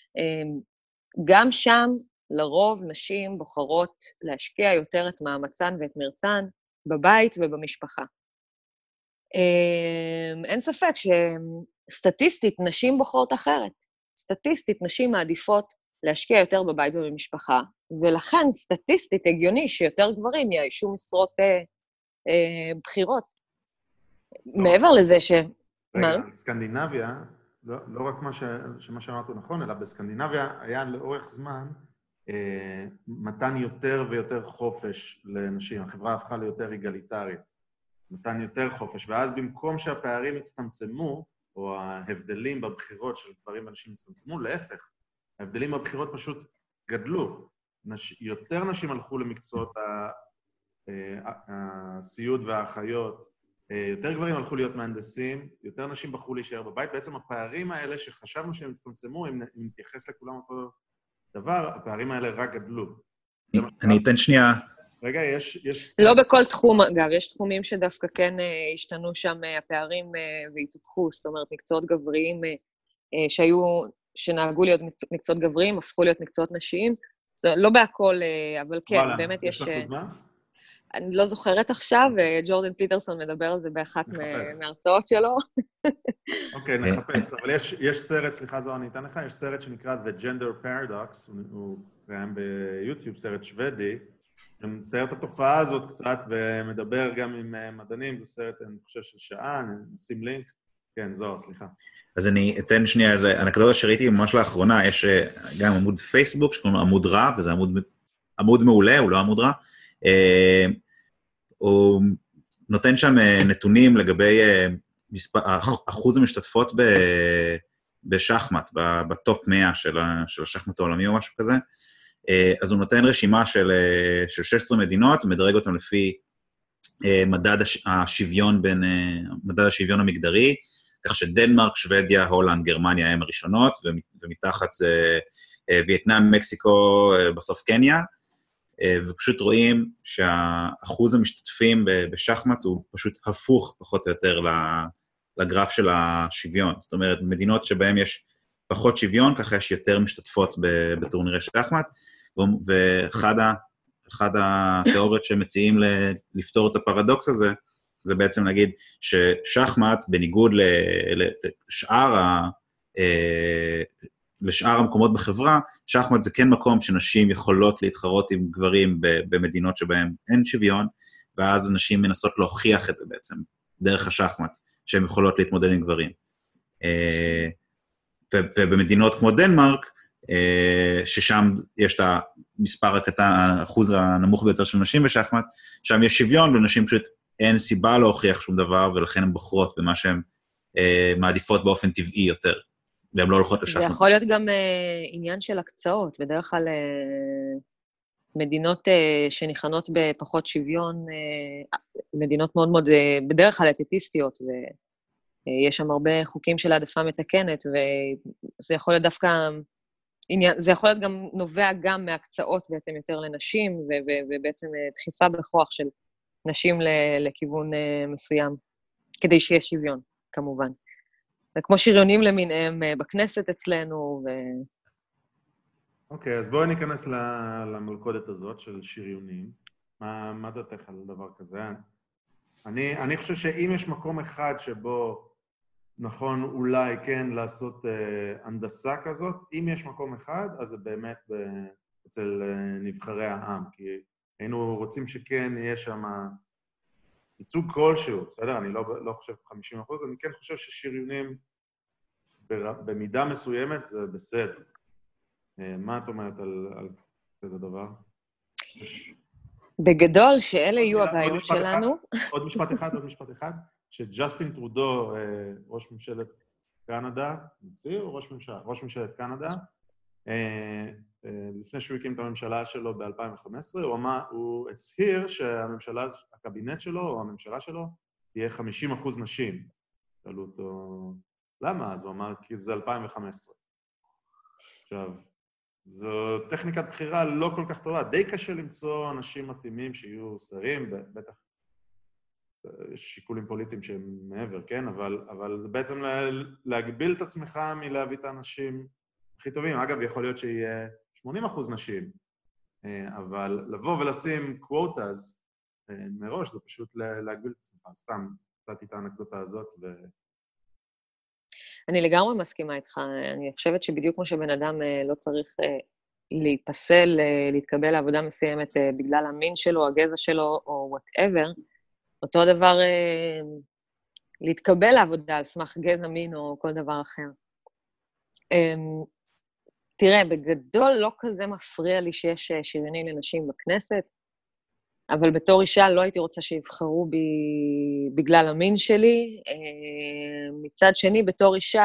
S4: גם שם, לרוב, נשים בוחרות להשקיע יותר את מאמצן ואת מרצן בבית ובמשפחה. אין ספק שסטטיסטית נשים בוחרות אחרת. סטטיסטית נשים מעדיפות להשקיע יותר בבית ובמשפחה, ולכן סטטיסטית הגיוני שיותר גברים יאיישו משרות אה, אה, בחירות. לא, מעבר לזה ש...
S5: רגע, מה? סקנדינביה, לא, לא רק מה ש, שמה שאמרתי נכון, אלא בסקנדינביה היה לאורך זמן אה, מתן יותר ויותר חופש לנשים. החברה הפכה ליותר אגליטרית. נתן יותר חופש, ואז במקום שהפערים הצטמצמו, או ההבדלים בבחירות של גברים ואנשים הצטמצמו, להפך, ההבדלים בבחירות פשוט גדלו. נש... יותר נשים הלכו למקצועות ה... הסיוד והאחיות, יותר גברים הלכו להיות מהנדסים, יותר נשים בחרו להישאר בבית. בעצם הפערים האלה שחשבנו שהם הצטמצמו, אם נתייחס לכולם אותו דבר, הפערים האלה רק גדלו.
S3: אני אתן שנייה...
S5: רגע, יש... יש...
S4: לא בכל תחום, אגב, יש תחומים שדווקא כן השתנו שם הפערים והתפתחו, זאת אומרת, מקצועות גבריים שהיו, שנהגו להיות מקצועות גבריים, הפכו להיות מקצועות נשיים, זה לא בהכל, אבל כן, וואלה, באמת יש... יש לך דוגמה? אני לא זוכרת עכשיו, ג'ורדן פיטרסון מדבר על זה באחת מההרצאות שלו.
S5: אוקיי, נחפש, אבל יש, יש סרט, סליחה זו, אני אתן לך, יש סרט שנקרא The Gender Paradox, הוא קיים ביוטיוב, סרט שוודי, שמתאר את התופעה הזאת קצת, ומדבר גם עם מדענים, זה סרט, אני חושב, של שעה, אני נשים לינק. כן, זו, סליחה.
S3: אז אני אתן שנייה איזה אנקדוטה שראיתי ממש לאחרונה, יש גם עמוד פייסבוק, שקוראים לו עמוד רע, וזה עמוד, עמוד מעולה, הוא לא עמוד רע, הוא נותן שם נתונים לגבי מספר, אחוז המשתתפות בשחמט, בטופ מאה של השחמט העולמי או משהו כזה, אז הוא נותן רשימה של, של שש עשרה מדינות, ומדרג אותם לפי מדד השוויון בין, מדד השוויון המגדרי, כך שדנמרק, שוודיה, הולנד, גרמניה הם הראשונות, ומתחת זה וייטנאם, מקסיקו, בסוף קניה, ופשוט רואים שהאחוז המשתתפים בשחמט הוא פשוט הפוך פחות או יותר לגרף של השוויון. זאת אומרת, במדינות שבהן יש פחות שוויון, ככה יש יותר משתתפות בטורנירי שחמט, ואחד התיאוריות שמציעים לפתור את הפרדוקס הזה, זה בעצם להגיד ששחמט, בניגוד לשאר ה... לשאר המקומות בחברה, שחמט זה כן מקום שנשים יכולות להתחרות עם גברים במדינות שבהן אין שוויון, ואז נשים מנסות להוכיח את זה בעצם, דרך השחמט, שהן יכולות להתמודד עם גברים. ובמדינות כמו דנמרק, ששם יש את המספר הקטן, האחוז הנמוך ביותר של נשים בשחמט, שם יש שוויון, ונשים פשוט אין סיבה להוכיח שום דבר, ולכן הן בוחרות במה שהן מעדיפות באופן טבעי יותר. והן לא הולכות לשחמט.
S4: זה יכול להיות גם uh, עניין של הקצאות, בדרך כלל uh, מדינות uh, שניחנות בפחות שוויון, uh, מדינות מאוד מאוד, uh, בדרך כלל אתיטיסטיות, ויש uh, שם הרבה חוקים של העדפה מתקנת, וזה יכול להיות דווקא, עניין, זה יכול להיות גם, נובע גם מהקצאות בעצם יותר לנשים, ו- ו- ובעצם uh, דחיפה בכוח של נשים ל- לכיוון uh, מסוים, כדי שיהיה שוויון, כמובן. זה כמו שריונים למיניהם בכנסת אצלנו, ו...
S5: אוקיי, אז בואו ניכנס למלכודת הזאת של שריונים. מה, מה דעתך על דבר כזה? אני, אני חושב שאם יש מקום אחד שבו נכון אולי כן לעשות אה, הנדסה כזאת, אם יש מקום אחד, אז זה באמת ב, אצל אה, נבחרי העם, כי היינו רוצים שכן יהיה שם ייצוג כלשהו, בסדר? אני לא, לא חושב חמישים אחוז, אני כן חושב ששריונים במידה מסוימת זה בסדר. מה את אומרת על, על כזה דבר?
S4: בגדול, שאלה יהיו הבעיות שלנו.
S5: עוד משפט אחד, עוד משפט אחד, שג'סטין טרודו, ראש ממשלת קנדה, נשיא או ראש ממשלה? ראש ממשלת קנדה, לפני שהוא הקים את הממשלה שלו ב-אלפיים וחמש עשרה, הוא אמר, הוא הצהיר שהממשלה, הקבינט שלו או הממשלה שלו, תהיה חמישים אחוז נשים. שאלו אותו, למה? אז הוא אמר, כי זה אלפיים וחמש עשרה. עכשיו, זו טכניקת בחירה לא כל כך טובה. די קשה למצוא אנשים מתאימים שיהיו שרים, בטח יש שיקולים פוליטיים שהם מעבר, כן? אבל, אבל זה בעצם לה, להגביל את עצמך מלהביא את האנשים הכי טובים. אגב, יכול להיות שיהיה שמונים אחוז נשים, אבל לבוא ולשים קווטאז מראש, זה פשוט להגביל את עצמך. סתם, נתתי את האנקדוטה הזאת ו...
S4: אני לגמרי מסכימה איתך. אני חושבת שבדיוק כמו שבן אדם לא צריך להיפסל, להתקבל לעבודה מסוימת בגלל המין שלו, הגזע שלו, או whatever, אותו דבר להתקבל לעבודה על סמך גזע, מין או כל דבר אחר. תראה, בגדול לא כזה מפריע לי שיש שריונים לנשים בכנסת, אבל בתור אישה לא הייתי רוצה שיבחרו בי בגלל המין שלי. מצד שני, בתור אישה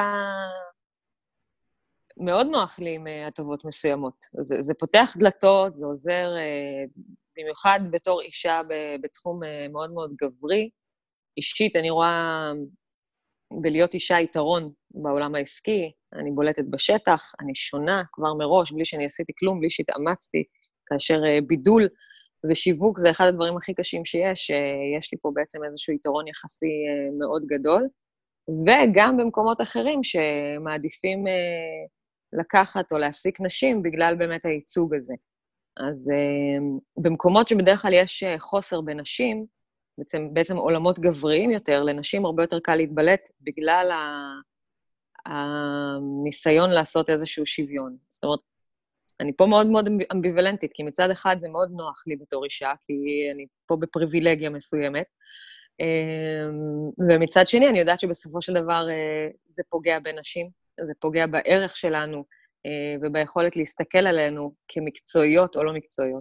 S4: מאוד נוח לי עם הטבות מסוימות. זה, זה פותח דלתות, זה עוזר, במיוחד בתור אישה בתחום מאוד מאוד גברי. אישית, אני רואה בלהיות אישה יתרון בעולם העסקי, אני בולטת בשטח, אני שונה כבר מראש, בלי שאני עשיתי כלום, בלי שהתאמצתי, כאשר בידול ושיווק זה אחד הדברים הכי קשים שיש, יש לי פה בעצם איזשהו יתרון יחסי מאוד גדול, וגם במקומות אחרים שמעדיפים לקחת או להעסיק נשים בגלל באמת הייצוג הזה. אז במקומות שבדרך כלל יש חוסר בנשים, בעצם, בעצם עולמות גבריים יותר, לנשים הרבה יותר קל להתבלט בגלל הניסיון לעשות איזשהו שוויון. זאת אומרת, אני פה מאוד מאוד אמביוולנטית, כי מצד אחד זה מאוד נוח לי בתור אישה, כי אני פה בפריבילגיה מסוימת, ומצד שני אני יודעת שבסופו של דבר זה פוגע בנשים, זה פוגע בערך שלנו, וביכולת להסתכל עלינו כמקצועיות או לא מקצועיות.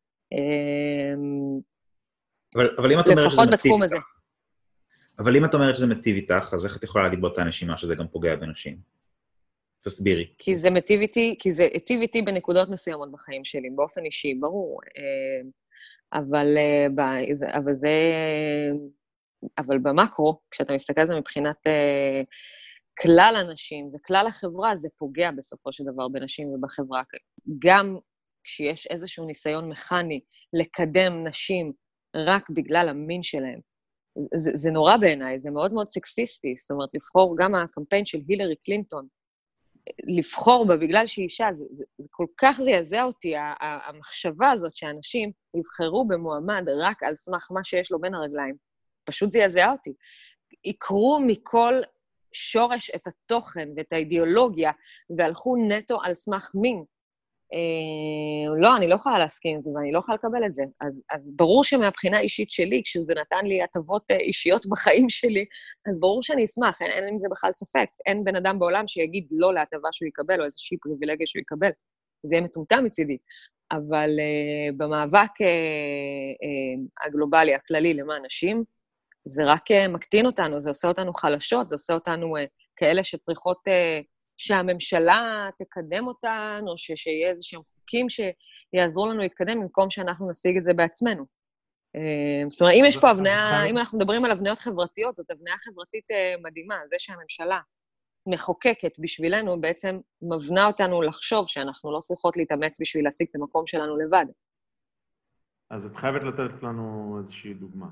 S3: אבל, אבל אם את אומרת שזה
S4: לפחות בתחום הזה.
S3: אבל אם את אומרת שזה מטיב איתך, אז איך את יכולה להגיד באותה נשימה שזה גם פוגע בנשים? תסבירי.
S4: כי זה מטיב איתי, כי זה הטיב איתי בנקודות מסוימות בחיים שלי, באופן אישי, ברור. אבל, אבל זה, אבל במקרו, כשאתה מסתכל על זה מבחינת כלל הנשים וכלל החברה, זה פוגע בסופו של דבר בנשים ובחברה. גם כשיש איזשהו ניסיון מכני לקדם נשים רק בגלל המין שלהם, זה, זה נורא בעיניי, זה מאוד מאוד סקסיסטי, זאת אומרת, לבחור גם הקמפיין של הילרי קלינטון, לבחור בה בגלל שהיא אישה, זה, זה, זה כל כך זעזע אותי, המחשבה הזאת שאנשים יבחרו במועמד רק על סמך מה שיש לו בין הרגליים, פשוט זעזע אותי. יקרו מכל שורש את התוכן ואת האידיאולוגיה, והלכו נטו על סמך מין. אה, לא, אני לא יכולה להסכים עם זה, ואני לא יכולה לקבל את זה. אז, אז ברור שמהבחינה האישית שלי, כשזה נתן לי הטבות אישיות בחיים שלי, אז ברור שאני אשמח, אין, אין עם זה בכלל ספק. אין בן אדם בעולם שיגיד לא להטבה שהוא יקבל, או איזושהי פריבילגיה שהוא יקבל. זה יהיה מטומטם מצידי. אבל אה, במאבק אה, אה, הגלובלי, הכללי למען נשים, זה רק אה, מקטין אותנו, זה עושה אותנו חלשות, זה עושה אותנו אה, כאלה שצריכות... אה, שהממשלה תקדם אותן, או שיהיה איזשהם חוקים שיעזרו לנו להתקדם, במקום שאנחנו נשיג את זה בעצמנו. זאת אומרת, אם יש פה הבניה, אם אנחנו מדברים על הבניות חברתיות, זאת הבניה חברתית מדהימה, זה שהממשלה מחוקקת בשבילנו, בעצם מבנה אותנו לחשוב שאנחנו לא צריכות להתאמץ בשביל להשיג את המקום שלנו לבד.
S5: אז את חייבת לתת לנו איזושהי דוגמה.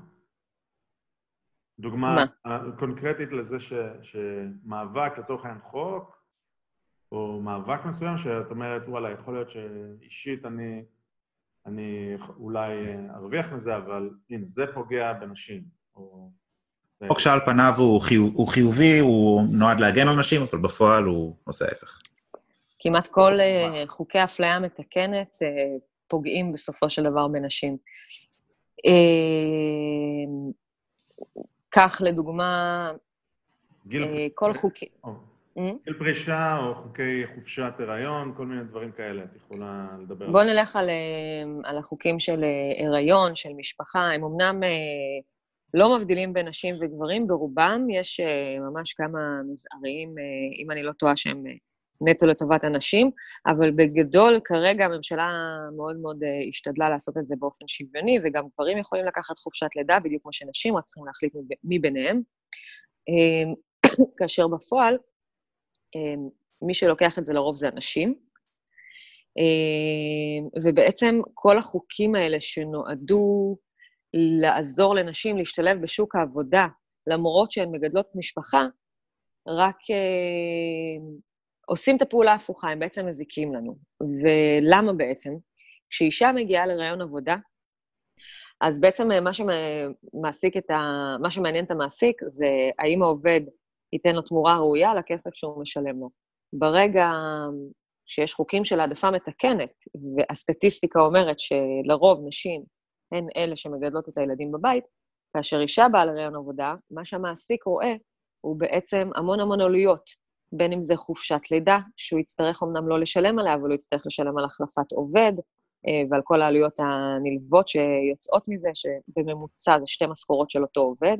S5: דוגמה קונקרטית לזה ש, שמאבק לצורך העניין חוק, או מאבק מסוים שאת אומרת, וואלה, יכול להיות שאישית אני, אני אולי ארוויח מזה, אבל הנה, זה פוגע בנשים. או...
S3: חוק שעל פניו הוא, חיוב, הוא חיובי, הוא נועד להגן על נשים, אבל בפועל הוא עושה ההפך.
S4: כמעט כל חוקי האפליה מתקנת פוגעים בסופו של דבר בנשים. כך לדוגמה,
S5: גיל...
S4: כל חוקי...
S5: גיל פרישה או חוקי חופשת הריון, כל מיני דברים כאלה, את יכולה לדבר על זה.
S4: בואו נלך על, על החוקים של הריון, של משפחה, הם אמנם לא מבדילים בין נשים וגברים, ברובם יש ממש כמה מזעריים, אם אני לא טועה שהם נטו לטובת הנשים, אבל בגדול כרגע הממשלה מאוד מאוד השתדלה לעשות את זה באופן שוויוני, וגם גברים יכולים לקחת חופשת לידה, בדיוק כמו שנשים רק צריכים להחליט מי ביניהם, כאשר בפועל, מי שלוקח את זה לרוב זה אנשים, ובעצם כל החוקים האלה שנועדו לעזור לנשים להשתלב בשוק העבודה, למרות שהן מגדלות משפחה, רק אה, עושים את הפעולה ההפוכה, הם בעצם מזיקים לנו. ולמה בעצם? כשאישה מגיעה לרעיון עבודה, אז בעצם מה שמעסיק את ה... מה שמעניין את המעסיק זה האם העובד ייתן לו תמורה ראויה לכסף שהוא משלם לו. ברגע שיש חוקים של העדפה מתקנת, והסטטיסטיקה אומרת שלרוב נשים הן אלה שמגדלות את הילדים בבית, כאשר אישה באה לרעיון עבודה, מה שהמעסיק רואה הוא בעצם המון המון עלויות, בין אם זה חופשת לידה, שהוא יצטרך אמנם לא לשלם עליה, אבל הוא יצטרך לשלם על החלפת עובד, ועל כל העלויות הנלוות שיוצאות מזה, שבממוצע זה שתי משכורות של אותו עובד.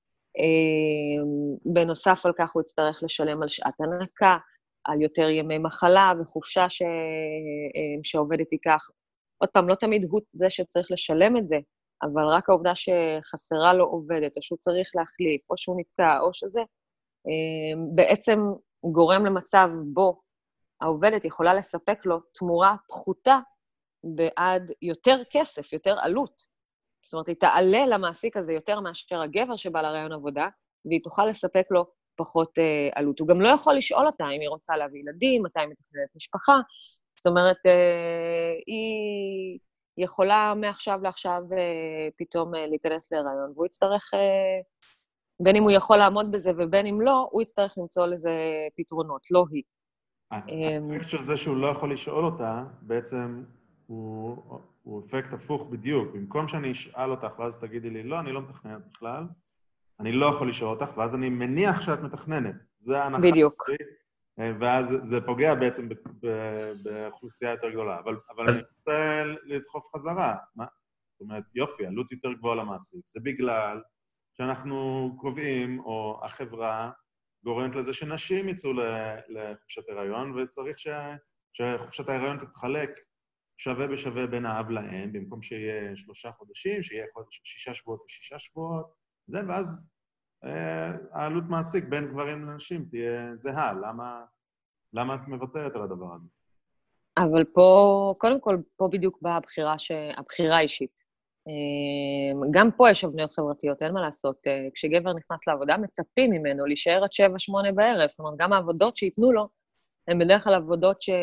S4: בנוסף על כך הוא יצטרך לשלם על שעת הנקה, על יותר ימי מחלה וחופשה ש... שעובדת תיקח. עוד פעם, לא תמיד הוא זה שצריך לשלם את זה, אבל רק העובדה שחסרה לו עובדת, או שהוא צריך להחליף, או שהוא נתקע, או שזה, בעצם גורם למצב בו העובדת יכולה לספק לו תמורה פחותה בעד יותר כסף, יותר עלות. זאת אומרת, היא תעלה למעסיק הזה יותר מאשר הגבר שבא לרעיון עבודה, והיא תוכל לספק לו פחות אה, עלות. הוא גם לא יכול לשאול אותה אם היא רוצה להביא ילדים, מתי היא מתכננת משפחה. זאת אומרת, אה, היא יכולה מעכשיו לעכשיו אה, פתאום אה, להיכנס להיריון, והוא יצטרך, אה, בין אם הוא יכול לעמוד בזה ובין אם לא, הוא יצטרך למצוא לזה פתרונות, לא היא.
S5: האפקט של זה שהוא לא יכול לשאול אותה, בעצם הוא, הוא אפקט הפוך בדיוק. במקום שאני אשאל אותך, ואז תגידי לי, לא, אני לא מתכננת בכלל, אני לא יכול לשאול אותך, ואז אני מניח שאת מתכננת. זה ההנחה.
S4: בדיוק.
S5: ואז זה פוגע בעצם באוכלוסייה יותר גדולה. אבל, אבל אז... אני רוצה לדחוף חזרה. מה? זאת אומרת, יופי, עלות יותר גבוהה למעסיק. זה בגלל שאנחנו קובעים, או החברה גורמת לזה שנשים יצאו לחופשת הריון, וצריך ש... שחופשת ההיריון תתחלק שווה בשווה בין האב לאם, במקום שיהיה שלושה חודשים, שיהיה חודש, שישה שבועות ושישה שבועות, זה, ואז אה, העלות מעסיק בין גברים לנשים תהיה זהה. למה, למה את מוותרת על הדבר הזה?
S4: אבל פה, קודם כל, פה בדיוק באה הבחירה, ש... הבחירה האישית. גם פה יש הבניות חברתיות, אין מה לעשות. כשגבר נכנס לעבודה, מצפים ממנו להישאר עד שבע, שמונה בערב. זאת אומרת, גם העבודות שיתנו לו, הן בדרך כלל עבודות ש...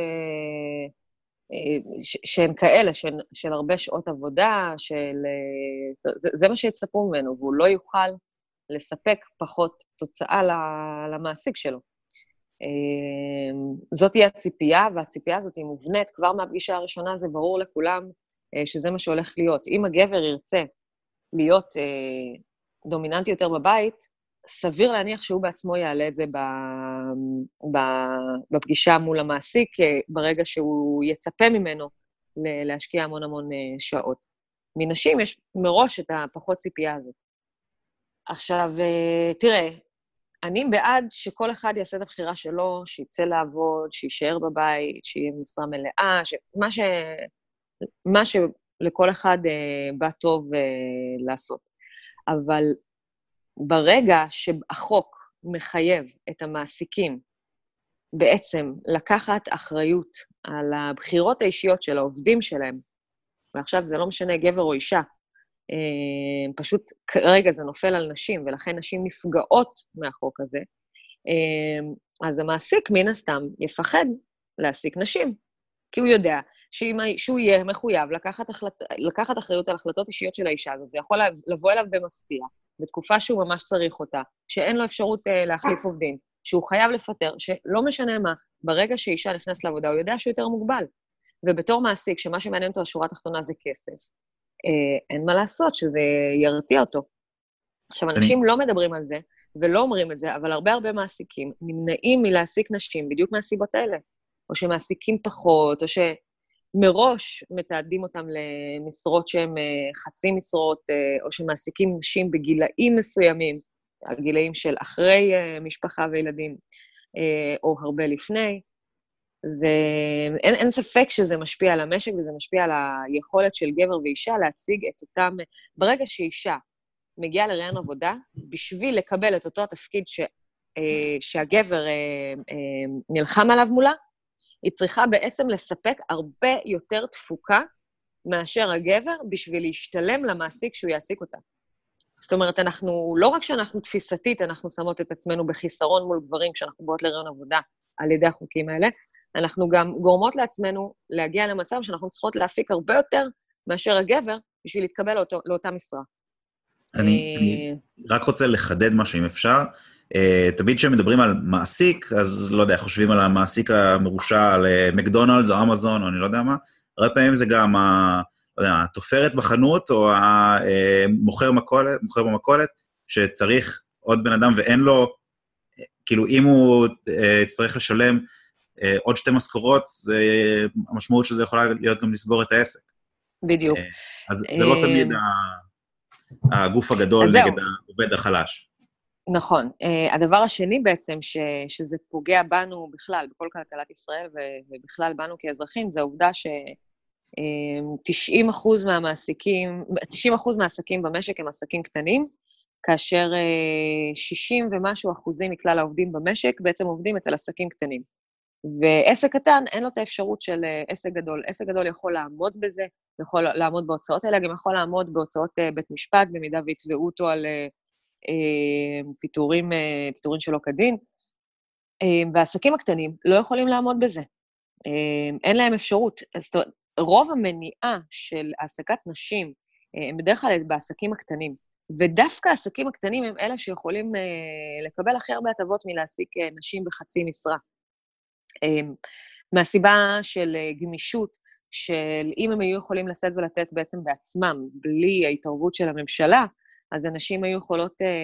S4: ש... שהן כאלה, שהן... של הרבה שעות עבודה, של... זה, זה מה שיצפו ממנו, והוא לא יוכל לספק פחות תוצאה למעסיק שלו. זאת תהיה הציפייה, והציפייה הזאת היא מובנית כבר מהפגישה הראשונה, זה ברור לכולם, שזה מה שהולך להיות. אם הגבר ירצה להיות אה, דומיננטי יותר בבית, סביר להניח שהוא בעצמו יעלה את זה ב, ב, בפגישה מול המעסיק, ברגע שהוא יצפה ממנו להשקיע המון המון אה, שעות. מנשים יש מראש את הפחות ציפייה הזאת. עכשיו, אה, תראה, אני בעד שכל אחד יעשה את הבחירה שלו, שיצא לעבוד, שישאר בבית, שיהיה משרה מלאה, מה ש... מה שלכל אחד אה, בא טוב אה, לעשות. אבל ברגע שהחוק מחייב את המעסיקים בעצם לקחת אחריות על הבחירות האישיות של העובדים שלהם, ועכשיו זה לא משנה גבר או אישה, אה, פשוט כרגע זה נופל על נשים, ולכן נשים נפגעות מהחוק הזה, אה, אז המעסיק מן הסתם יפחד להעסיק נשים, כי הוא יודע שהוא יהיה מחויב לקחת, החלט... לקחת אחריות על החלטות אישיות של האישה הזאת. זה יכול לבוא אליו במפתיע, בתקופה שהוא ממש צריך אותה, שאין לו אפשרות uh, להחליף עובדים, שהוא חייב לפטר, שלא משנה מה, ברגע שאישה נכנס לעבודה, הוא יודע שהוא יותר מוגבל. ובתור מעסיק, שמה שמעניין אותו השורה התחתונה זה כסף, uh, אין מה לעשות, שזה ירתיע אותו. עכשיו, אנשים אני... לא מדברים על זה, ולא אומרים את זה, אבל הרבה הרבה מעסיקים נמנעים מלהעסיק נשים, בדיוק מהסיבות האלה. או שמעסיקים פחות, או שמראש מתעדים אותם למשרות שהן חצי משרות, או שמעסיקים נשים בגילאים מסוימים, הגילאים של אחרי משפחה וילדים, או הרבה לפני. זה, אין, אין ספק שזה משפיע על המשק, וזה משפיע על היכולת של גבר ואישה להציג את אותם... ברגע שאישה מגיעה לרעיון עבודה, בשביל לקבל את אותו התפקיד ש, שהגבר נלחם עליו מולה, היא צריכה בעצם לספק הרבה יותר תפוקה מאשר הגבר בשביל להשתלם למעסיק שהוא יעסיק אותה. זאת אומרת, אנחנו, לא רק שאנחנו תפיסתית, אנחנו שמות את עצמנו בחיסרון מול גברים כשאנחנו באות לרעיון עבודה על ידי החוקים האלה, אנחנו גם גורמות לעצמנו להגיע למצב שאנחנו צריכות להפיק הרבה יותר מאשר הגבר בשביל להתקבל לאותו, לאותה משרה.
S3: אני, אני רק רוצה לחדד משהו, אם אפשר. תמיד כשמדברים על מעסיק, אז לא יודע, חושבים על המעסיק המרושע, על מקדונלדס או אמזון, או אני לא יודע מה. הרבה פעמים זה גם ה, לא יודע, התופרת בחנות, או המוכר מכולת, מוכר במכולת, שצריך עוד בן אדם ואין לו, כאילו אם הוא יצטרך לשלם עוד שתי משכורות, זה, המשמעות שזה יכולה להיות גם לסגור את העסק.
S4: בדיוק.
S3: אז זה לא תמיד הגוף הגדול נגד העובד החלש.
S4: נכון. הדבר השני בעצם, ש, שזה פוגע בנו בכלל, בכל כלכלת ישראל, ובכלל בנו כאזרחים, זה העובדה ש-תשעים אחוז מהמעסיקים, תשעים אחוז מהעסקים במשק הם עסקים קטנים, כאשר שישים ומשהו אחוזים מכלל העובדים במשק בעצם עובדים אצל עסקים קטנים. ועסק קטן, אין לו את האפשרות של עסק גדול. עסק גדול יכול לעמוד בזה, יכול לעמוד בהוצאות האלה, גם יכול לעמוד בהוצאות בית משפט, במידה ויתבעו אותו על פיטורים, פיטורים שלא כדין. והעסקים הקטנים לא יכולים לעמוד בזה. אין להם אפשרות. רוב המניעה של העסקת נשים הם בדרך כלל בעסקים הקטנים, ודווקא העסקים הקטנים הם אלה שיכולים לקבל הכי הרבה הטבות מלהעסיק נשים בחצי משרה. מהסיבה של גמישות, של אם הם היו יכולים לשאת ולתת בעצם בעצמם, בלי ההתערבות של הממשלה, אז אנשים היו יכולות אה,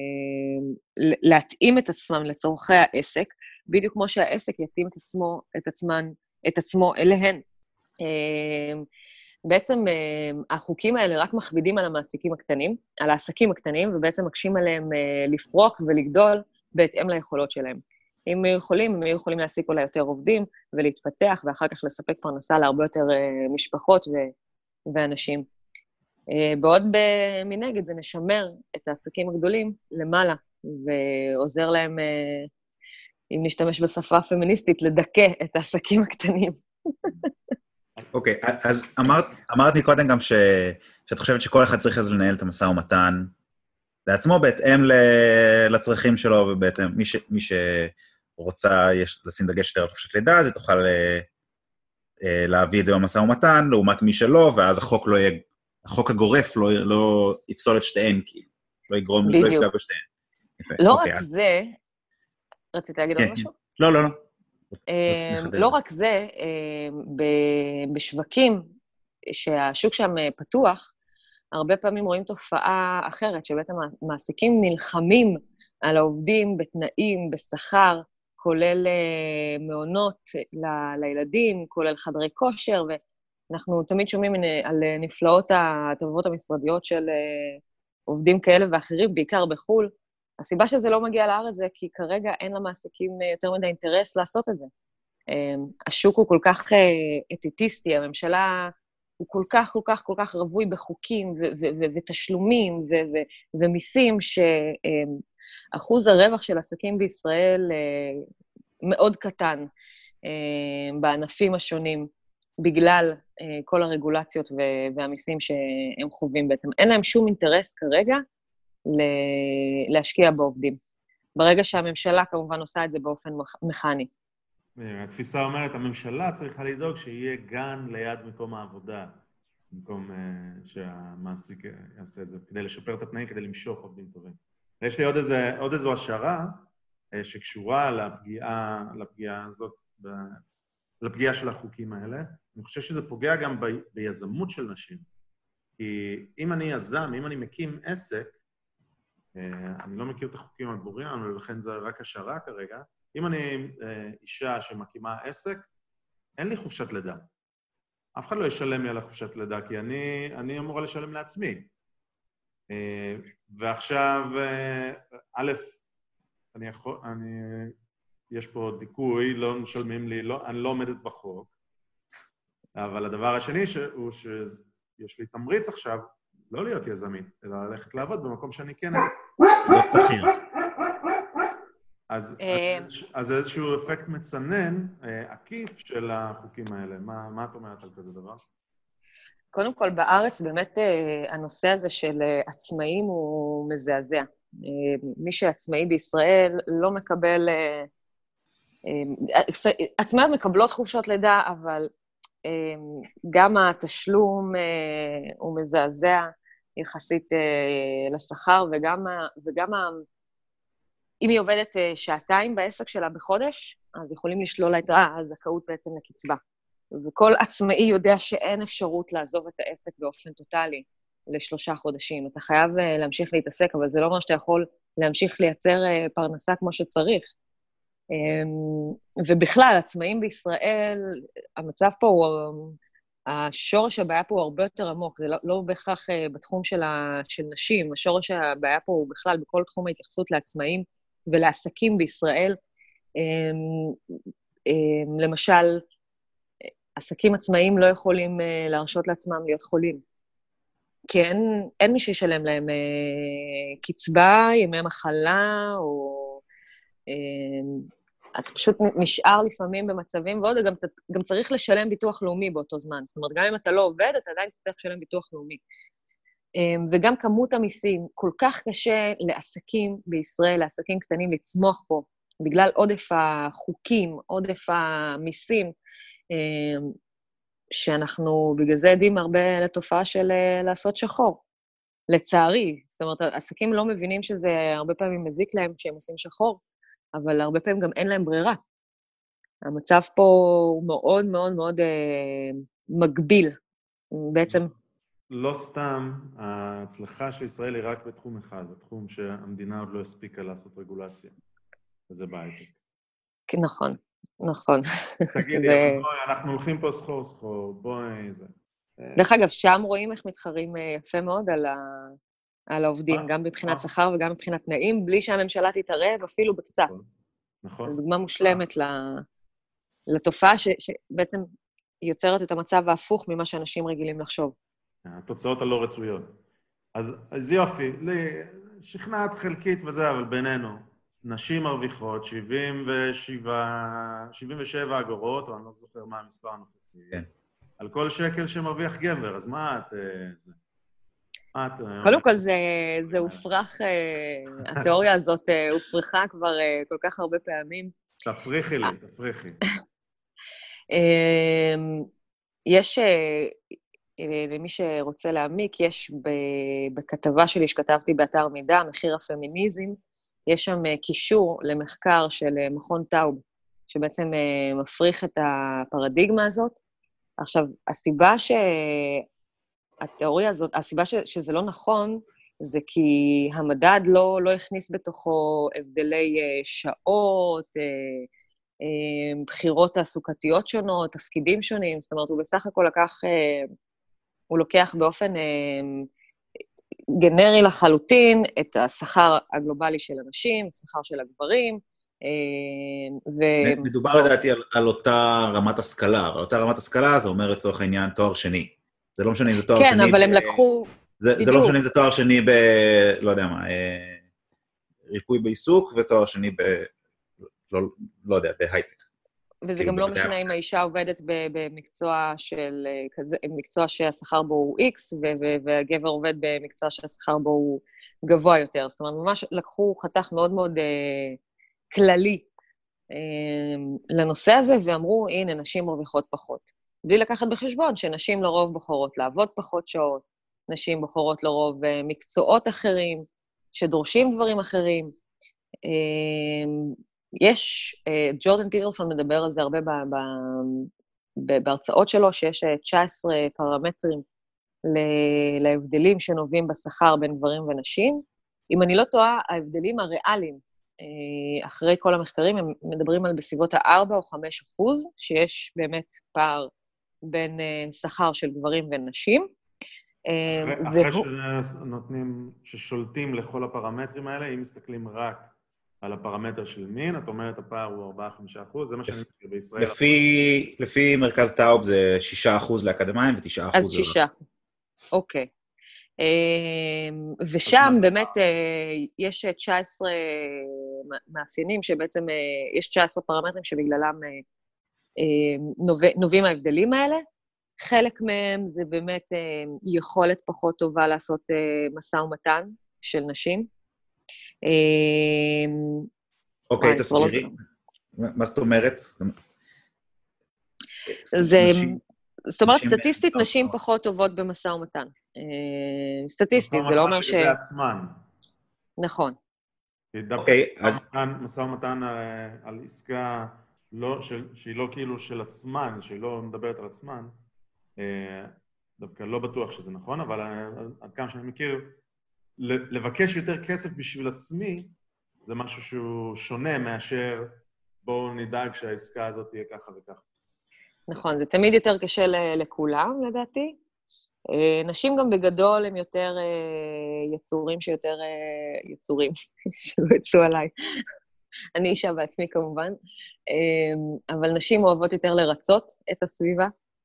S4: להתאים את עצמם לצורכי העסק, בדיוק כמו שהעסק יתאים את עצמו, את עצמן, את עצמו אליהן. אה, בעצם אה, החוקים האלה רק מכבידים על המעסיקים הקטנים, על העסקים הקטנים, ובעצם מקשים עליהם אה, לפרוח ולגדול בהתאם ליכולות שלהם. אם הם יכולים, הם יכולים להעסיק אולי יותר עובדים ולהתפתח, ואחר כך לספק פרנסה להרבה יותר uh, משפחות ו- ואנשים. Uh, בעוד מנגד זה משמר את העסקים הגדולים למעלה, ועוזר להם, uh, אם נשתמש בשפה הפמיניסטית, לדכא את העסקים הקטנים.
S3: אוקיי, okay, אז אמרת, אמרת מקודם גם ש, שאת חושבת שכל אחד צריך אז לנהל את המשא ומתן לעצמו, בהתאם לצרכים שלו, ובהתאם, מי ש... מי ש רוצה יש, לשים דגש יותר על חופשת לידה, אז היא תוכל אה, אה, להביא את זה במשא ומתן, לעומת מי שלא, ואז החוק לא יהיה, החוק הגורף לא, לא יפסול את שתיהן, כי לא יגרום, לא יפגע בשתיהן. יפה.
S4: לא
S3: אוקיי,
S4: רק
S3: אז...
S4: זה, רצית להגיד
S3: כן,
S4: עוד משהו?
S3: לא, לא, לא.
S4: אה, לא רק זה, אה, בשווקים, שהשוק שם פתוח, הרבה פעמים רואים תופעה אחרת, שבעצם המעסיקים נלחמים על העובדים בתנאים, בשכר, כולל uh, מעונות ל- לילדים, כולל חדרי כושר, ואנחנו תמיד שומעים על נפלאות הטובות המשרדיות של uh, עובדים כאלה ואחרים, בעיקר בחול. הסיבה שזה לא מגיע לארץ זה כי כרגע אין למעסיקים יותר מדי אינטרס לעשות את זה. Um, השוק הוא כל כך uh, אטיטיסטי, הממשלה הוא כל כך, כל כך, כל כך רבוי בחוקים ו- ו- ו- ותשלומים ו- ו- ומיסים ש... Um, אחוז הרווח של עסקים בישראל אה, מאוד קטן אה, בענפים השונים, בגלל אה, כל הרגולציות ו- והמיסים שהם חווים בעצם. אין להם שום אינטרס כרגע ל- להשקיע בעובדים. ברגע שהממשלה כמובן עושה את זה באופן מכני.
S5: התפיסה אומרת, הממשלה צריכה לדאוג שיהיה גן ליד מקום העבודה, במקום uh, שהמעסיק יעשה את זה, כדי לשפר את התנאים, כדי למשוך עובדים טובים. יש לי עוד, איזה, עוד איזו השערה שקשורה לפגיעה, לפגיעה הזאת, ב, לפגיעה של החוקים האלה. אני חושב שזה פוגע גם ב, ביזמות של נשים. כי אם אני יזם, אם אני מקים עסק, אני לא מכיר את החוקים הברורים, אבל לכן זה רק השערה כרגע, אם אני אישה שמקימה עסק, אין לי חופשת לידה. אף אחד לא ישלם לי על החופשת לידה, כי אני, אני אמורה לשלם לעצמי. ועכשיו, א', אני יכול, אני, יש פה דיכוי, לא משלמים לי, לא, אני לא עומדת בחוק, אבל הדבר השני הוא שיש לי תמריץ עכשיו לא להיות יזמית, אלא ללכת לעבוד במקום שאני כן
S3: להיות שכיר.
S5: אז, אז איזשהו אפקט מצנן, עקיף של החוקים האלה. מה, מה את אומרת על כזה דבר?
S4: קודם כל, בארץ באמת הנושא הזה של עצמאים הוא מזעזע. מי שעצמאי בישראל לא מקבל... עצמאיות מקבלות חופשות לידה, אבל גם התשלום הוא מזעזע יחסית לשכר, וגם, וגם אם היא עובדת שעתיים בעסק שלה בחודש, אז יכולים לשלול את הזכאות בעצם לקצבה. וכל עצמאי יודע שאין אפשרות לעזוב את העסק באופן טוטלי לשלושה חודשים. אתה חייב להמשיך להתעסק, אבל זה לא אומר שאתה יכול להמשיך לייצר פרנסה כמו שצריך. ובכלל, עצמאים בישראל, המצב פה הוא, השורש הבעיה פה הוא הרבה יותר עמוק, זה לא, לא בהכרח בתחום של, ה, של נשים, השורש הבעיה פה הוא בכלל בכל תחום ההתייחסות לעצמאים ולעסקים בישראל. למשל, עסקים עצמאים לא יכולים להרשות לעצמם להיות חולים, כי אין, אין מי שישלם להם קצבה, ימי מחלה, או... אתה פשוט נשאר לפעמים במצבים, ועוד גם, גם צריך לשלם ביטוח לאומי באותו זמן. זאת אומרת, גם אם אתה לא עובד, אתה עדיין צריך לשלם ביטוח לאומי. וגם כמות המיסים, כל כך קשה לעסקים בישראל, לעסקים קטנים, לצמוח פה, בגלל עודף החוקים, עודף המיסים, שאנחנו בגלל זה עדים הרבה לתופעה של לעשות שחור. לצערי, זאת אומרת, עסקים לא מבינים שזה הרבה פעמים מזיק להם כשהם עושים שחור, אבל הרבה פעמים גם אין להם ברירה. המצב פה הוא מאוד מאוד מאוד אה, מגביל, בעצם.
S5: לא סתם, ההצלחה של ישראל היא רק בתחום אחד, בתחום שהמדינה עוד לא הספיקה לעשות רגולציה. וזה בהייטק.
S4: נכון, נכון.
S5: תגידי, ו... אבל בואי, אנחנו הולכים פה סחור סחור, בואי זה.
S4: דרך אגב, שם רואים איך מתחרים יפה מאוד על ה... על העובדים, גם מבחינת שכר וגם מבחינת תנאים, בלי שהממשלה תתערב, אפילו בקצת.
S5: נכון.
S4: זו דוגמה מושלמת לתופעה שבעצם יוצרת את המצב ההפוך ממה שאנשים רגילים לחשוב.
S5: התוצאות הלא רצויות. אז יופי, שכנעת חלקית וזה, אבל בינינו, נשים מרוויחות שבעים ושבע אגורות, או אני לא זוכר מה המספר הנוכחי, על כל שקל שמרוויח גבר, אז מה את זה?
S4: קודם כל, זה הופרך, התיאוריה הזאת הופרכה כבר כל כך הרבה פעמים.
S5: תפריכי לי, תפריכי.
S4: יש, למי שרוצה להעמיק, יש בכתבה שלי שכתבתי באתר מידע, מחיר הפמיניזם, יש שם קישור למחקר של מכון טאוב, שבעצם מפריך את הפרדיגמה הזאת. עכשיו, הסיבה ש... התיאוריה הזאת, הסיבה ש, שזה לא נכון, זה כי המדד לא, לא הכניס בתוכו הבדלי שעות, בחירות תעסוקתיות שונות, תפקידים שונים, זאת אומרת, הוא בסך הכל לקח, הוא לוקח באופן גנרי לחלוטין את השכר הגלובלי של אנשים, השכר של הגברים,
S3: ו... מדובר לדעתי על, על אותה רמת השכלה, אבל אותה רמת השכלה זה אומר לצורך העניין תואר שני. זה לא משנה אם זה תואר
S4: כן,
S3: שני...
S4: כן, אבל
S3: ב...
S4: הם לקחו...
S3: זה, זה לא משנה אם זה תואר שני ב... לא יודע מה, ריפוי בעיסוק, ותואר שני ב... לא, לא יודע, בהייטק.
S4: וזה גם לא משנה אם האישה עובדת במקצוע של כזה, מקצוע שהשכר בו הוא X, והגבר עובד במקצוע שהשכר בו הוא גבוה יותר. זאת אומרת, ממש לקחו חתך מאוד מאוד כללי לנושא הזה, ואמרו, הנה, נשים מרוויחות פחות. בלי לקחת בחשבון שנשים לרוב בוחרות לעבוד פחות שעות, נשים בוחרות לרוב מקצועות אחרים, שדורשים דברים אחרים. יש, ג'ורדן פיטרסון מדבר על זה הרבה בהרצאות שלו, שיש תשע עשרה פרמטרים להבדלים שנובעים בשכר בין גברים ונשים. אם אני לא טועה, ההבדלים הריאליים, אחרי כל המחקרים, הם מדברים על בסביבות ה-ארבע או חמש אחוז, שיש באמת פער בין שכר של גברים ונשים.
S5: אחרי, אחרי שנותנים, ששולטים לכל הפרמטרים האלה, אם מסתכלים רק על הפרמטר של מין, את אומרת, הפער הוא ארבע עד חמש אחוז, זה מה שאני מכיר בישראל.
S3: לפי, לפי מרכז טאוב זה שישה אחוז לאקדמיים ו-תשעה אחוז.
S4: אז שישה, אוקיי. ושם באמת יש תשע עשרה מאפיינים, שבעצם יש תשע עשרה פרמטרים שבגללם נובעים ההבדלים האלה. חלק מהם זה באמת יכולת פחות טובה לעשות משא ומתן של נשים.
S3: אוקיי, תסבירי. מה זאת אומרת?
S4: זאת אומרת, סטטיסטית נשים פחות טובות במשא ומתן. סטטיסטית, זה לא אומר ש...
S5: משא ומתן לעצמן.
S4: נכון.
S5: אוקיי, אז... משא ומתן על עסקה שהיא לא כאילו של עצמן, שהיא לא מדברת על עצמן, דווקא לא בטוח שזה נכון, אבל עד כמה שאני מכיר, לבקש יותר כסף בשביל עצמי, זה משהו שהוא שונה מאשר בואו נדאג שהעסקה הזאת תהיה ככה וככה.
S4: נכון, זה תמיד יותר קשה לכולם, לדעתי. נשים גם בגדול הם יותר יצורים שיותר יצורים, שלא יצאו עליי. אני אישה בעצמי כמובן, אבל נשים אוהבות יותר לרצות את הסביבה,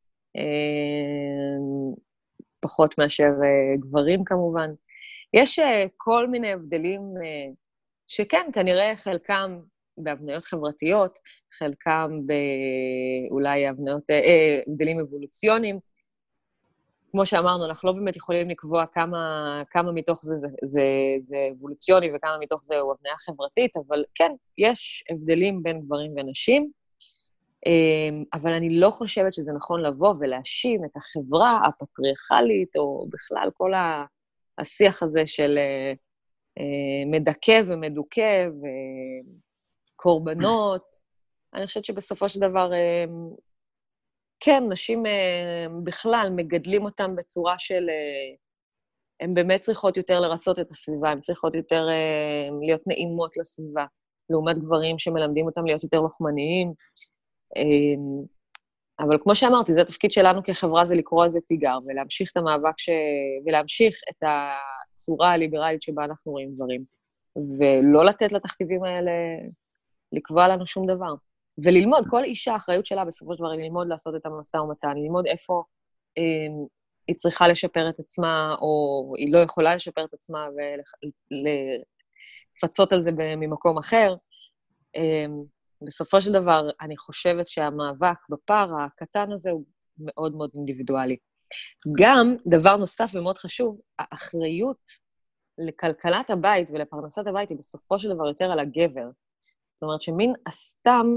S4: פחות מאשר גברים כמובן. יש כל מיני הבדלים שכן, כנראה חלקם בהבניות חברתיות, חלקם באולי הבניות, הבדלים אבולוציוניים. כמו שאמרנו, אנחנו לא באמת יכולים לקבוע כמה, כמה מתוך זה, זה, זה, זה אבולוציוני וכמה מתוך זה הוא הבניה חברתית, אבל כן, יש הבדלים בין גברים ונשים, אבל אני לא חושבת שזה נכון לבוא ולהאשים את החברה הפטריארכלית, או בכלל כל השיח הזה של מדכא ומדוכא וקורבנות. אני חושבת שבסופו של דבר, כן, נשים בכלל מגדלים אותם בצורה של, הן באמת צריכות יותר לרצות את הסביבה, הן צריכות יותר להיות נעימות לסביבה, לעומת גברים שמלמדים אותם להיות יותר לוחמניים. אבל כמו שאמרתי, זה התפקיד שלנו כחברה, זה לקרוא איזה תיגר, ולהמשיך את המאבק ש... ולהמשיך את הצורה הליברלית שבה אנחנו רואים דברים, ולא לתת לתכתיבים האלה לקבוע לנו שום דבר. וללמוד, כל אישה, האחריות שלה בסופו של דבר, ללמוד לעשות את המשא ומתן, ללמוד איפה אה, היא צריכה לשפר את עצמה, או היא לא יכולה לשפר את עצמה, ולפצות על זה ממקום אחר. אה, בסופו של דבר, אני חושבת שהמאבק בפער הקטן הזה הוא מאוד מאוד אינדיבידואלי. גם, דבר נוסף ומאוד חשוב, האחריות לכלכלת הבית ולפרנסת הבית היא בסופו של דבר יותר על הגבר. זאת אומרת שמין הסתם,